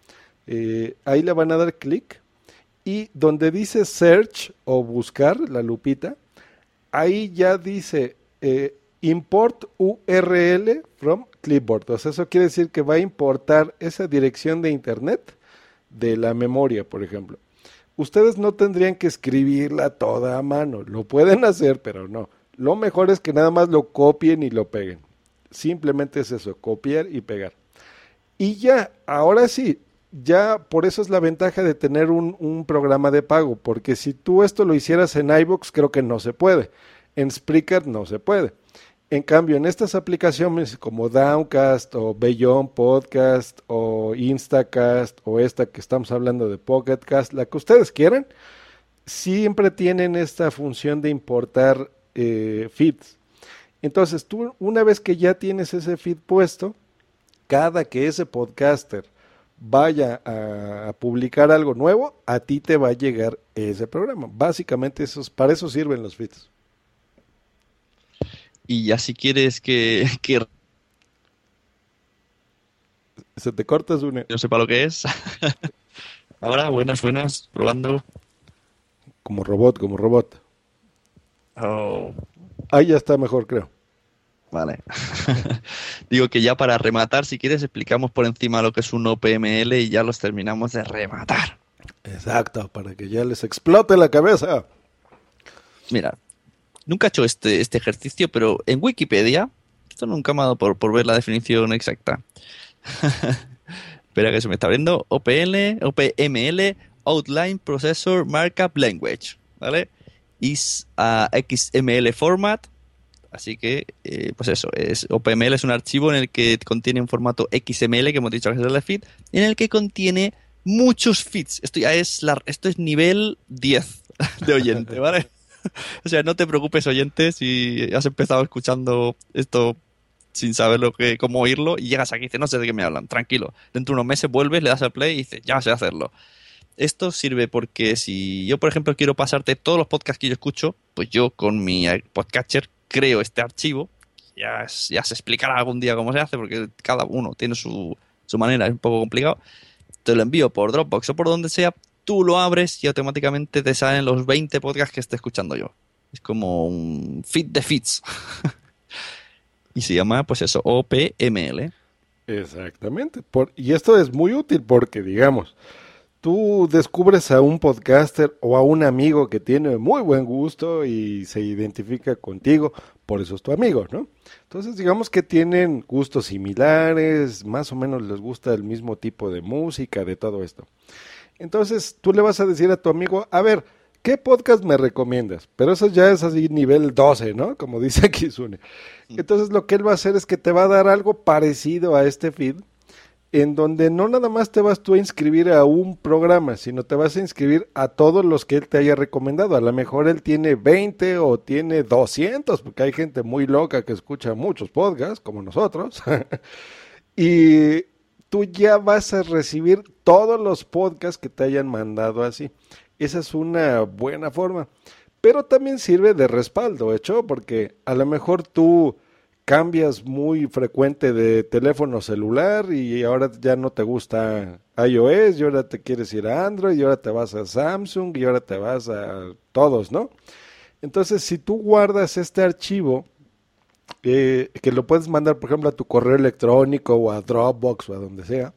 Ahí le van a dar clic y donde dice search o buscar, la lupita, ahí ya dice import URL from clipboard. O sea, eso quiere decir que va a importar esa dirección de internet de la memoria, por ejemplo. Ustedes no tendrían que escribirla toda a mano, lo pueden hacer, pero no. Lo mejor es que nada más lo copien y lo peguen. Simplemente es eso, copiar y pegar. Y ya, ahora sí, ya por eso es la ventaja de tener un programa de pago, porque si tú esto lo hicieras en iVoox, creo que no se puede. En Spreaker no se puede. En cambio, en estas aplicaciones como Downcast o Beyond Podcast o Instacast o esta que estamos hablando de Pocket Cast, la que ustedes quieran, siempre tienen esta función de importar feeds. Entonces, tú una vez que ya tienes ese feed puesto, cada que ese podcaster vaya a publicar algo nuevo, a ti te va a llegar ese programa. Básicamente para eso sirven los feeds. Y ya si quieres que Se te corta, Zune. no sepa lo que es. Ahora, buenas, probando. Como robot. Oh, Ahí ya está mejor, creo. vale. Digo que ya para rematar, si quieres, explicamos por encima lo que es un OPML y ya los terminamos de rematar. Exacto, para que ya les explote la cabeza. Mira, nunca he hecho este ejercicio, pero en Wikipedia, esto nunca me ha dado por ver la definición exacta. Espera que se me está abriendo. OPML, Outline Processor Markup Language, ¿vale? Is a XML format. Así que, pues eso, OPML es un archivo en el que contiene un formato XML, que hemos dicho que es el feed, en el que contiene muchos feeds. Esto es nivel 10 de oyente, ¿vale? O sea, no te preocupes, oyente, si has empezado escuchando esto sin saber cómo oírlo y llegas aquí y dices, no sé de qué me hablan, tranquilo. Dentro de unos meses vuelves, le das al play y dices, ya sé hacerlo. Esto sirve porque si yo, por ejemplo, quiero pasarte todos los podcasts que yo escucho, pues yo con mi podcatcher creo este archivo. Ya se explicará algún día cómo se hace porque cada uno tiene su manera, es un poco complicado. Te lo envío por Dropbox o por donde sea, tú lo abres y automáticamente te salen los 20 podcasts que esté escuchando yo. Es como un feed de feeds. Y se llama, pues eso, OPML. Exactamente. Y esto es muy útil porque, digamos, tú descubres a un podcaster o a un amigo que tiene muy buen gusto y se identifica contigo, por eso es tu amigo, ¿no? Entonces, digamos que tienen gustos similares, más o menos les gusta el mismo tipo de música, de todo esto. Entonces, tú le vas a decir a tu amigo, a ver, ¿qué podcast me recomiendas? Pero eso ya es así nivel 12, ¿no? Como dice aquí Sune. Entonces lo que él va a hacer es que te va a dar algo parecido a este feed, en donde no nada más te vas tú a inscribir a un programa, sino te vas a inscribir a todos los que él te haya recomendado. A lo mejor él tiene 20 o tiene 200, porque hay gente muy loca que escucha muchos podcasts, como nosotros. Y tú ya vas a recibir todos los podcasts que te hayan mandado así. Esa es una buena forma. Pero también sirve de respaldo, hecho, porque a lo mejor tú cambias muy frecuente de teléfono celular y ahora ya no te gusta iOS y ahora te quieres ir a Android y ahora te vas a Samsung y ahora te vas a todos, ¿no? Entonces, si tú guardas este archivo, que lo puedes mandar, por ejemplo, a tu correo electrónico o a Dropbox o a donde sea,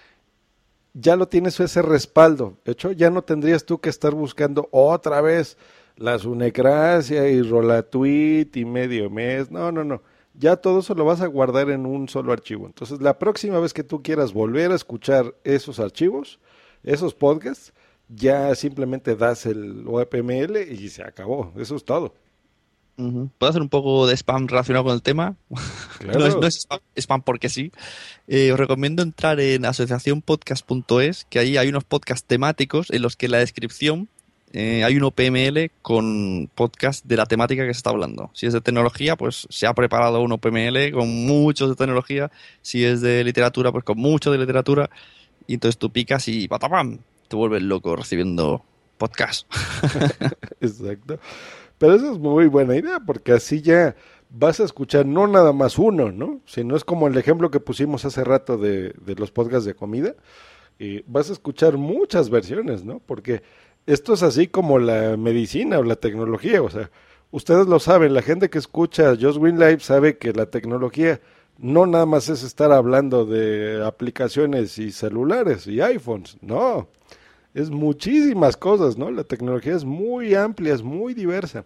ya lo tienes ese respaldo, hecho, ya no tendrías tú que estar buscando otra vez la Sunecracia y Rolatweet y Medio Mes, no, ya todo eso lo vas a guardar en un solo archivo. Entonces, la próxima vez que tú quieras volver a escuchar esos archivos, esos podcasts, ya simplemente das el OPML y se acabó, eso es todo. ¿Puedo hacer un poco de spam relacionado con el tema? Claro. No es spam, spam porque sí. Os recomiendo entrar en asociacionpodcast.es, que ahí hay unos podcasts temáticos en los que en la descripción hay un OPML con podcast de la temática que se está hablando. Si es de tecnología, pues se ha preparado un OPML con muchos de tecnología. Si es de literatura, pues con mucho de literatura. Y entonces tú picas y ¡patapam! Te vuelves loco recibiendo podcast. Exacto. Pero eso es muy buena idea, porque así ya vas a escuchar no nada más uno, ¿no? Sino es como el ejemplo que pusimos hace rato de los podcasts de comida. Y vas a escuchar muchas versiones, ¿no? Porque esto es así como la medicina o la tecnología. O sea, ustedes lo saben, la gente que escucha Just Green Live sabe que la tecnología no nada más es estar hablando de aplicaciones y celulares y iPhones, no. Es muchísimas cosas, ¿no? La tecnología es muy amplia, es muy diversa.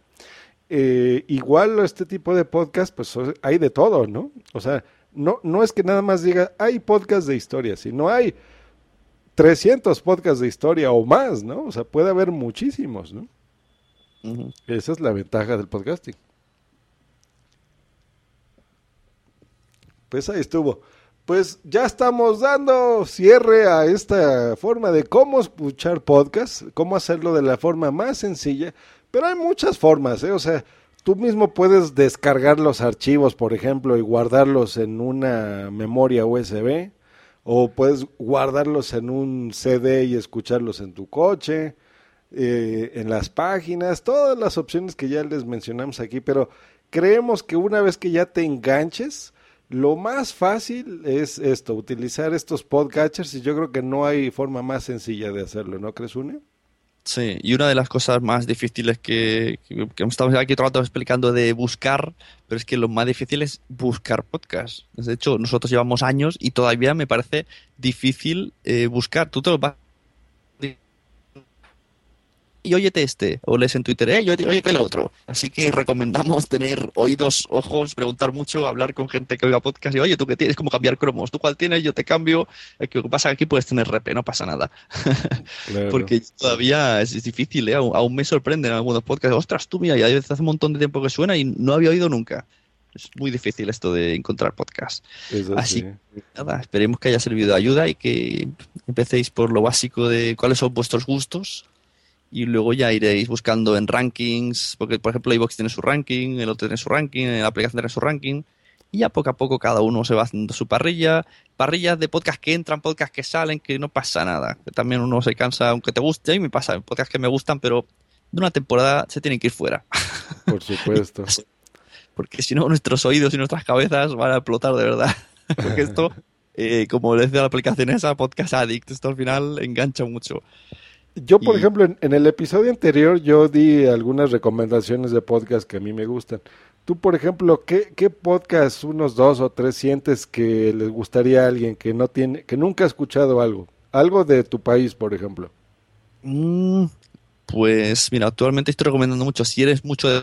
Igual este tipo de podcast, pues hay de todo, ¿no? O sea, no es que nada más diga, hay podcast de historia, sino hay 300 podcasts de historia o más, ¿no? O sea, puede haber muchísimos, ¿no? Ujú. Esa es la ventaja del podcasting. Pues ahí estuvo. Pues ya estamos dando cierre a esta forma de cómo escuchar podcast, cómo hacerlo de la forma más sencilla, pero hay muchas formas, ¿eh? O sea, tú mismo puedes descargar los archivos, por ejemplo, y guardarlos en una memoria USB, o puedes guardarlos en un CD y escucharlos en tu coche, en las páginas, todas las opciones que ya les mencionamos aquí, pero creemos que una vez que ya te enganches, lo más fácil es esto, utilizar estos podcatchers y yo creo que no hay forma más sencilla de hacerlo, ¿no crees, Une? Sí, y una de las cosas más difíciles que estamos aquí todo el rato explicando de buscar, pero es que lo más difícil es buscar podcasts. De hecho, nosotros llevamos años y todavía me parece difícil buscar. Tú te lo vas y óyete este, o lees en Twitter, óyete el otro. Así que recomendamos tener oídos, ojos, preguntar mucho, hablar con gente que oiga podcast y oye, ¿tú qué tienes? Como cambiar cromos. ¿Tú cuál tienes? Yo te cambio. Lo que pasa es que aquí puedes tener repe, no pasa nada. Claro. Porque todavía es difícil, ¿eh? Aún me sorprenden algunos podcasts. Ostras, tú mira, ya hace un montón de tiempo que suena y no había oído nunca. Es muy difícil esto de encontrar podcasts. Eso Así sí. que nada, esperemos que haya servido de ayuda y que empecéis por lo básico de cuáles son vuestros gustos y luego ya iréis buscando en rankings, porque por ejemplo iVoox tiene su ranking, el otro tiene su ranking, la aplicación tiene su ranking, y ya poco a poco cada uno se va haciendo su parrillas de podcast que entran, podcast que salen, que no pasa nada. Que también uno se cansa, aunque te guste, y me pasa, podcasts que me gustan, pero de una temporada se tienen que ir fuera. Por supuesto. Porque si no, nuestros oídos y nuestras cabezas van a explotar de verdad. Porque esto, como le decía la aplicación esa, Podcast Addict, esto al final engancha mucho. Yo, por Y ejemplo, en el episodio anterior yo di algunas recomendaciones de podcast que a mí me gustan. Tú, por ejemplo, ¿qué podcast, unos dos o tres, sientes que les gustaría a alguien que no tiene, que nunca ha escuchado algo? Algo de tu país, por ejemplo. mm, pues mira, actualmente estoy recomendando mucho, si eres mucho de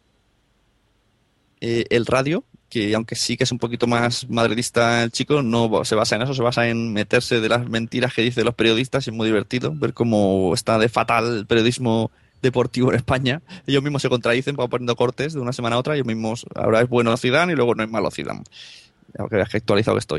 el radio, que aunque sí que es un poquito más madridista el chico, no se basa en eso, se basa en meterse de las mentiras que dicen los periodistas y es muy divertido ver cómo está de fatal el periodismo deportivo en España. Ellos mismos se contradicen, van poniendo cortes de una semana a otra. Ellos mismos, ahora es bueno Zidane y luego no es malo Zidane. Aunque veas que actualizado que estoy.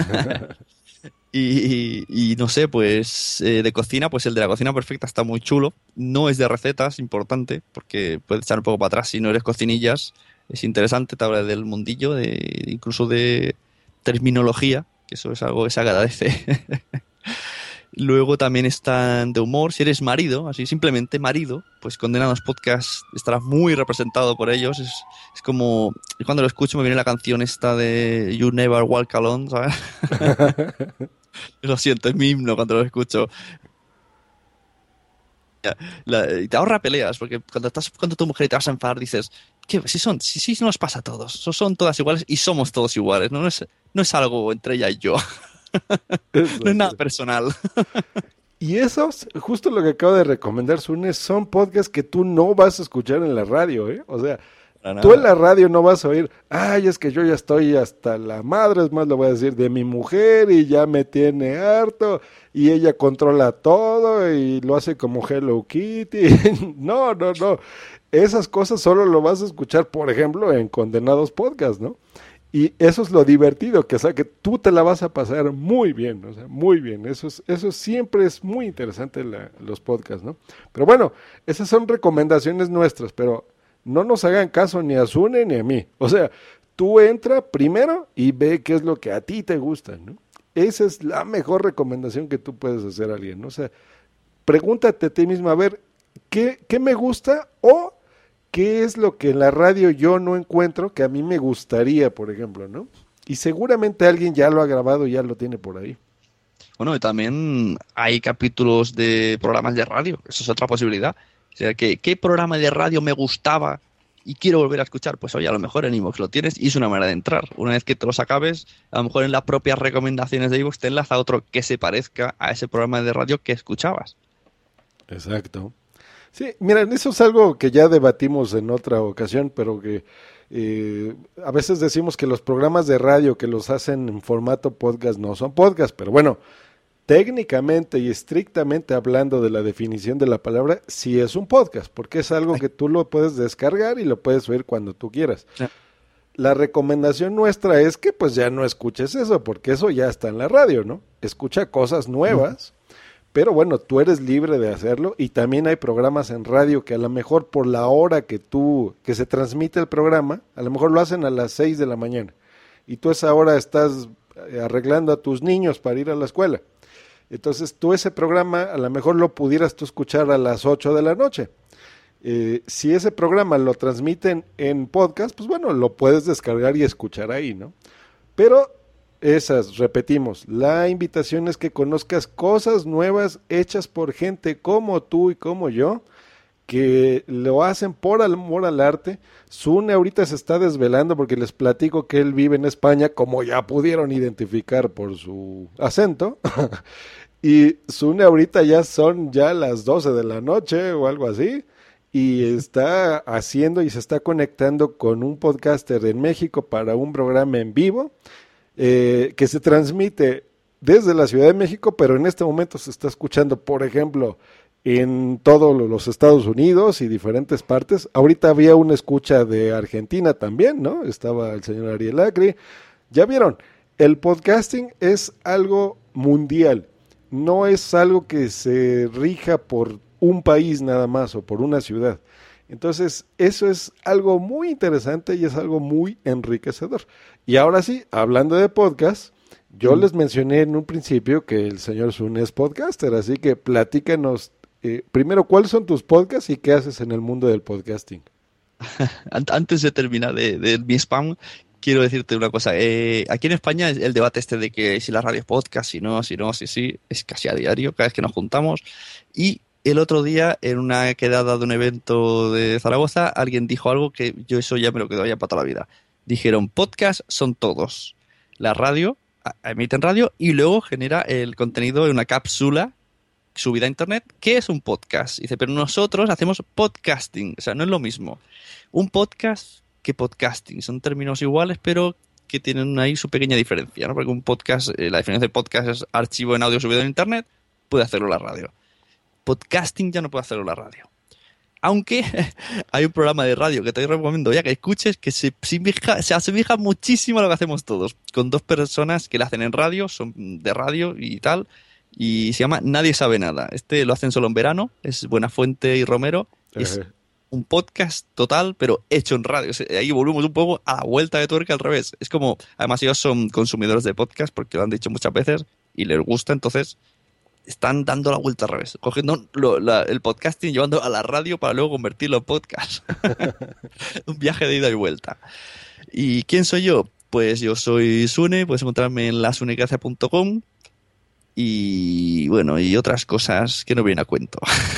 Y no sé, pues de cocina, pues el de la cocina perfecta está muy chulo. No es de recetas, importante, porque puedes echar un poco para atrás si no eres cocinillas. Es interesante, te habla del mundillo, incluso de terminología, que eso es algo que se agradece. Luego también están de humor. Si eres marido, así simplemente marido, pues Condenados Podcast estarás muy representado por ellos. Es como... Cuando lo escucho me viene la canción esta de You Never Walk Alone, ¿sabes? Lo siento, es mi himno cuando lo escucho. Y te ahorra peleas, porque cuando estás con tu mujer y te vas a enfadar, dices, ¿qué? Si nos pasa a todos, son todas iguales y somos todos iguales, no es algo entre ella y yo, no es nada Exacto. personal. Y esos, justo lo que acabo de recomendar, Sune, son podcasts que tú no vas a escuchar en la radio, ¿eh? O sea, Para tú en nada. la radio no vas a oír, ay, es que yo ya estoy hasta la madre, es más, lo voy a decir, de mi mujer y ya me tiene harto y ella controla todo y lo hace como Hello Kitty. No, no, no. Esas cosas solo lo vas a escuchar, por ejemplo, en Condenados Podcast, ¿no? Y eso es lo divertido, que, o sea, que tú te la vas a pasar muy bien, o sea, muy bien. Eso siempre es muy interesante los podcasts, ¿no? Pero bueno, esas son recomendaciones nuestras, pero no nos hagan caso ni a Sune ni a mí. O sea, tú entra primero y ve qué es lo que a ti te gusta, ¿no? Esa es la mejor recomendación que tú puedes hacer a alguien, ¿no? O sea, pregúntate a ti mismo, a ver, ¿qué me gusta o qué es lo que en la radio yo no encuentro que a mí me gustaría, por ejemplo, ¿no? Y seguramente alguien ya lo ha grabado y ya lo tiene por ahí. Bueno, y también hay capítulos de programas de radio, eso es otra posibilidad. O sea, ¿qué programa de radio me gustaba y quiero volver a escuchar? Pues oye, a lo mejor en iVoox lo tienes y es una manera de entrar. Una vez que te los acabes, a lo mejor en las propias recomendaciones de iVoox te enlaza a otro que se parezca a ese programa de radio que escuchabas. Exacto. Sí, miren, eso es algo que ya debatimos en otra ocasión, pero que a veces decimos que los programas de radio que los hacen en formato podcast no son podcast, pero bueno, técnicamente y estrictamente hablando de la definición de la palabra, sí es un podcast, porque es algo Ay, que tú lo puedes descargar y lo puedes oír cuando tú quieras. La recomendación nuestra es que pues ya no escuches eso, porque eso ya está en la radio, ¿no? Escucha cosas nuevas, pero bueno, tú eres libre de hacerlo y también hay programas en radio que a lo mejor por la hora que se transmite el programa, a lo mejor lo hacen a las 6 de la mañana y tú a esa hora estás arreglando a tus niños para ir a la escuela. Entonces tú ese programa a lo mejor lo pudieras tú escuchar a las 8 de la noche. Si ese programa lo transmiten en podcast, pues bueno, lo puedes descargar y escuchar ahí, ¿no? Pero repetimos, la invitación es que conozcas cosas nuevas hechas por gente como tú y como yo, que lo hacen por amor al arte. Sune ahorita se está desvelando porque les platico que él vive en España, como ya pudieron identificar por su acento. Y Sune ahorita ya son ya las 12 de la noche o algo así. Y está haciendo y se está conectando con un podcaster en México para un programa en vivo que se transmite desde la Ciudad de México, pero en este momento se está escuchando, por ejemplo, en todos los Estados Unidos y diferentes partes. Ahorita había una escucha de Argentina también, ¿no? Estaba el señor Ariel Acri. Ya vieron, el podcasting es algo mundial, no es algo que se rija por un país nada más o por una ciudad. Entonces, eso es algo muy interesante y es algo muy enriquecedor. Y ahora sí, hablando de podcast, yo les mencioné en un principio que el señor Sun es podcaster, así que platícanos primero cuáles son tus podcasts y qué haces en el mundo del podcasting. Antes de terminar de mi spam, quiero decirte una cosa. Aquí en España el debate este de que si la radio es podcast, si no, si sí, es casi a diario, cada vez que nos juntamos. Y el otro día, en una quedada de un evento de Zaragoza, alguien dijo algo que yo eso ya me lo quedo ya para toda la vida. Dijeron, podcast son todos. La radio, emite en radio y luego genera el contenido en una cápsula subida a internet. ¿Qué es un podcast? Dice, pero nosotros hacemos podcasting, o sea, no es lo mismo. Un podcast que podcasting, son términos iguales, pero que tienen ahí su pequeña diferencia, ¿no? Porque un podcast, la diferencia de podcast es archivo en audio subido en internet, puede hacerlo la radio. Podcasting ya no puede hacerlo la radio. Aunque hay un programa de radio que te recomiendo ya que escuches que se asemeja muchísimo a lo que hacemos todos, con dos personas que lo hacen en radio, son de radio y tal, y se llama Nadie sabe nada. Este lo hacen solo en verano, es Buenafuente y Romero, es Ajá. un podcast total, pero hecho en radio. O sea, ahí volvemos un poco a la vuelta de tuerca al revés. Es como, además ellos son consumidores de podcast porque lo han dicho muchas veces y les gusta, entonces están dando la vuelta al revés, cogiendo el podcasting, llevando a la radio para luego convertirlo en podcast. Un viaje de ida y vuelta. ¿Y quién soy yo? Pues yo soy Sune, puedes encontrarme en lasunegracia.com y bueno, y otras cosas que no vienen a cuento.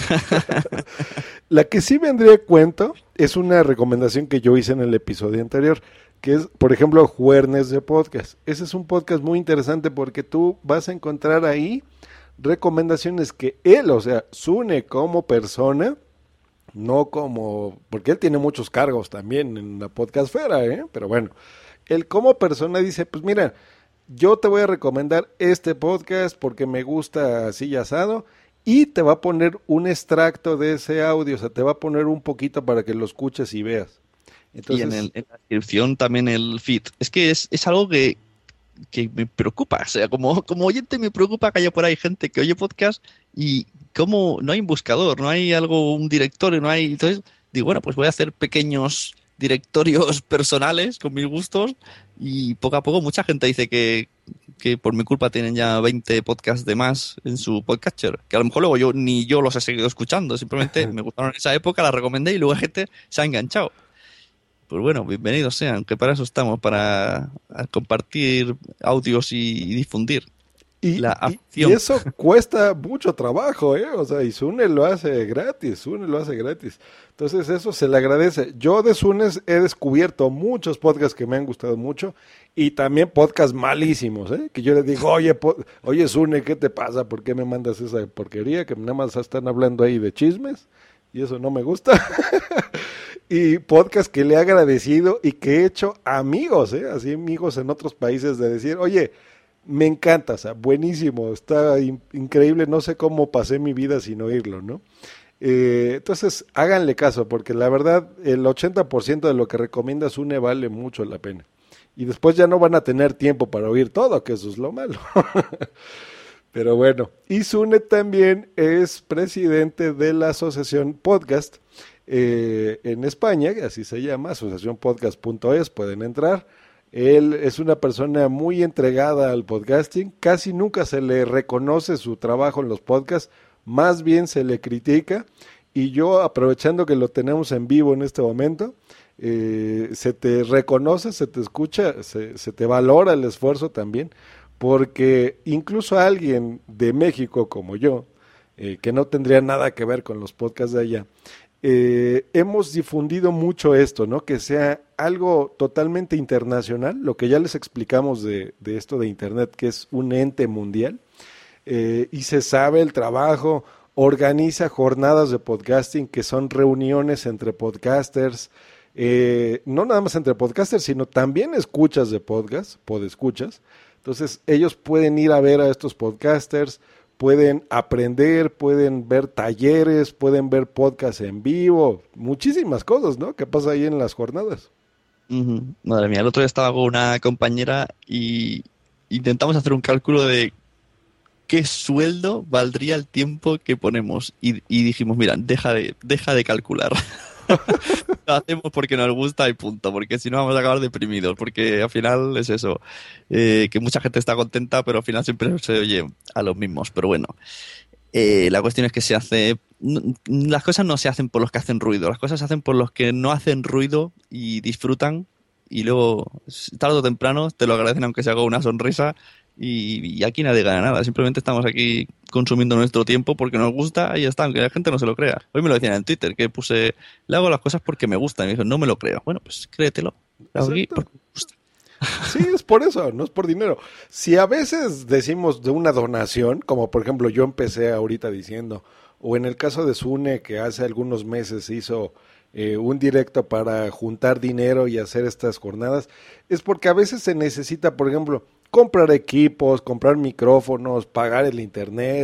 La que sí vendría a cuento es una recomendación que yo hice en el episodio anterior, que es, por ejemplo, Juernes de Podcast. Ese es un podcast muy interesante porque tú vas a encontrar ahí recomendaciones que él, o sea, Sune como persona, no como, porque él tiene muchos cargos también en la podcastfera, ¿eh? Pero bueno, él como persona dice, pues mira, yo te voy a recomendar este podcast porque me gusta así y asado, y te va a poner un extracto de ese audio, o sea, te va a poner un poquito para que lo escuches y veas. Y Entonces, en la descripción también el feed. Es que es algo que me preocupa. O sea, como oyente me preocupa que haya por ahí gente que oye podcast y como no hay un buscador, no hay algo, un directorio, no hay. Entonces, digo, bueno, pues voy a hacer pequeños directorios personales con mis gustos y poco a poco mucha gente dice que por mi culpa tienen ya 20 podcasts de más en su podcatcher, que a lo mejor luego ni yo los he seguido escuchando, simplemente me gustaron en esa época, las recomendé y luego gente se ha enganchado. Pues bueno, bienvenidos sean, que para eso estamos, para compartir audios y difundir la y afición. eso cuesta mucho trabajo, ¿eh? O sea, y Sune lo hace gratis, Sune lo hace gratis. Entonces eso se le agradece. Yo de Sune he descubierto muchos podcasts que me han gustado mucho y también podcasts malísimos, ¿eh? Que yo le digo, oye Sune, ¿qué te pasa? ¿Por qué me mandas esa porquería? Que nada más están hablando ahí de chismes y eso no me gusta. Y podcast que le he agradecido y que he hecho amigos, ¿eh? Así amigos en otros países de decir, oye, me encanta, o sea, buenísimo, está increíble, no sé cómo pasé mi vida sin oírlo, ¿no? Entonces, háganle caso, porque la verdad, el 80% de lo que recomienda Sune vale mucho la pena. Y después ya no van a tener tiempo para oír todo, que eso es lo malo. Pero bueno, y Sune también es presidente de la Asociación Podcast en España, que así se llama, asociacionpodcast.es, pueden entrar. Él es una persona muy entregada al podcasting, casi nunca se le reconoce su trabajo en los podcasts, más bien se le critica, y yo aprovechando que lo tenemos en vivo en este momento, se te reconoce, se te escucha, se te valora el esfuerzo también, porque incluso alguien de México como yo, que no tendría nada que ver con los podcasts de allá, hemos difundido mucho esto, ¿no? Que sea algo totalmente internacional, lo que ya les explicamos de esto de Internet, que es un ente mundial, y se sabe el trabajo, organiza jornadas de podcasting que son reuniones entre podcasters, no nada más entre podcasters, sino también escuchas de podcast, podescuchas. Entonces ellos pueden ir a ver a estos podcasters, pueden aprender, pueden ver talleres, pueden ver podcasts en vivo, muchísimas cosas, ¿no? ¿Qué pasa ahí en las jornadas? Ujú. Madre mía, el otro día estaba con una compañera y intentamos hacer un cálculo de qué sueldo valdría el tiempo que ponemos y dijimos, mira, deja de calcular. Lo hacemos porque nos gusta y punto, porque si no vamos a acabar deprimidos, porque al final es eso, que mucha gente está contenta, pero al final siempre se oye a los mismos. Pero bueno, la cuestión es que las cosas no se hacen por los que hacen ruido, las cosas se hacen por los que no hacen ruido y disfrutan y luego, tarde o temprano, te lo agradecen aunque se haga una sonrisa y aquí nadie gana nada, simplemente estamos aquí consumiendo nuestro tiempo porque nos gusta y ya está, aunque la gente no se lo crea. Hoy me lo decían en Twitter, que puse, le hago las cosas porque me gustan y me dijo, no me lo creo. Bueno, pues créetelo, lo hago aquí Exacto. porque me gusta. Sí, es por eso, no es por dinero. Si a veces decimos de una donación, como por ejemplo yo empecé ahorita diciendo, o en el caso de Sune, que hace algunos meses hizo un directo para juntar dinero y hacer estas jornadas, es porque a veces se necesita, por ejemplo, comprar equipos, comprar micrófonos, pagar el internet,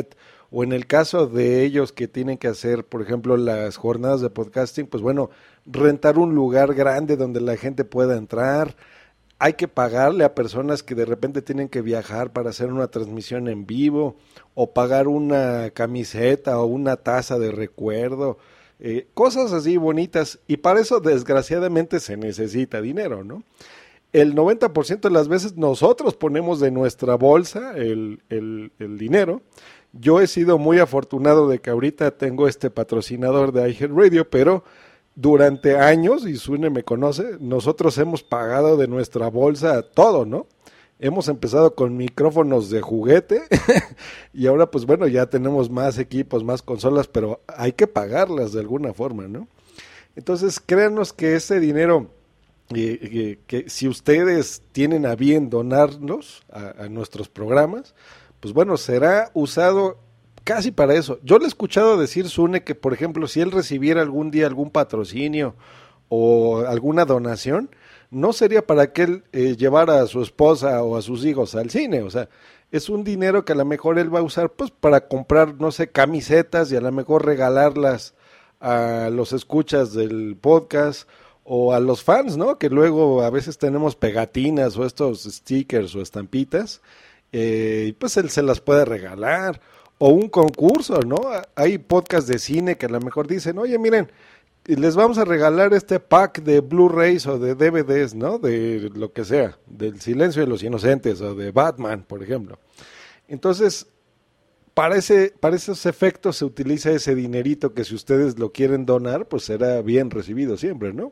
o en el caso de ellos que tienen que hacer, por ejemplo, las jornadas de podcasting, pues bueno, rentar un lugar grande donde la gente pueda entrar. Hay que pagarle a personas que de repente tienen que viajar para hacer una transmisión en vivo, o pagar una camiseta o una taza de recuerdo, cosas así bonitas, y para eso desgraciadamente se necesita dinero, ¿no? El 90% de las veces nosotros ponemos de nuestra bolsa el dinero. Yo he sido muy afortunado de que ahorita tengo este patrocinador de iHeartRadio, pero durante años, y Sune me conoce, nosotros hemos pagado de nuestra bolsa todo, ¿no? Hemos empezado con micrófonos de juguete y ahora pues bueno, ya tenemos más equipos, más consolas, pero hay que pagarlas de alguna forma, ¿no? Entonces créanos que ese dinero, que si ustedes tienen a bien donarlos a nuestros programas, pues bueno, será usado casi para eso. Yo le he escuchado decir, Sune, que por ejemplo, si él recibiera algún día algún patrocinio o alguna donación, no sería para que él llevara a su esposa o a sus hijos al cine, o sea, es un dinero que a lo mejor él va a usar pues para comprar, no sé, camisetas, y a lo mejor regalarlas a los escuchas del podcast o a los fans, ¿no? Que luego a veces tenemos pegatinas o estos stickers o estampitas, pues él se las puede regalar, o un concurso, ¿no? Hay podcasts de cine que a lo mejor dicen, oye, miren, les vamos a regalar este pack de Blu-rays o de DVDs, ¿no? De lo que sea, del Silencio de los Inocentes o de Batman, por ejemplo. Entonces, para esos efectos se utiliza ese dinerito que si ustedes lo quieren donar, pues será bien recibido siempre, ¿no?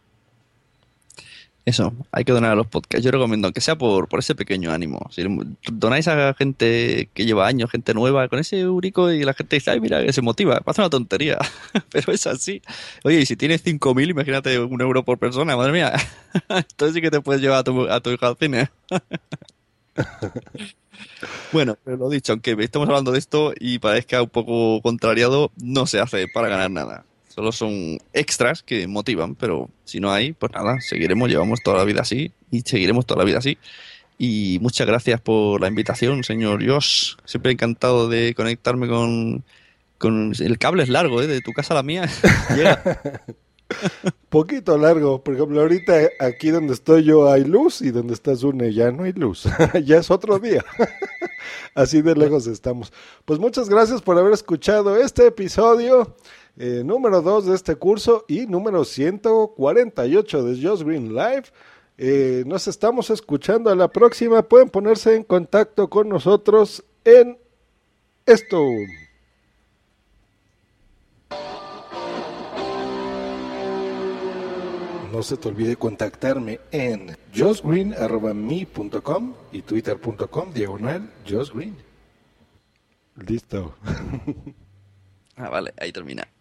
Eso, hay que donar a los podcasts. Yo recomiendo, aunque sea por ese pequeño ánimo. Si donáis a gente que lleva años, gente nueva, con ese eurico, y la gente dice, ay, mira, que se motiva. Pasa una tontería, pero es así. Oye, y si tienes 5.000, imagínate 1 euro por persona, madre mía. Entonces sí que te puedes llevar a tu hija al cine. Bueno, pero lo dicho, aunque estamos hablando de esto y parezca un poco contrariado, no se hace para ganar nada. Solo son extras que motivan, pero si no hay, pues nada, seguiremos, llevamos toda la vida así y seguiremos toda la vida así. Y muchas gracias por la invitación, señor Josh. Siempre encantado de conectarme con el cable es largo, ¿eh? De tu casa a la mía. Llega. Poquito largo, por ejemplo, ahorita aquí donde estoy yo hay luz y donde está Sune ya no hay luz, ya es otro día, así de lejos estamos. Pues muchas gracias por haber escuchado este episodio número 2 de este curso y número 148 de Just Green Live. Nos estamos escuchando a la próxima. Pueden ponerse en contacto con nosotros en esto. No se te olvide contactarme en justgreen@me.com y twitter.com/justgreen. Listo. Vale, ahí termina.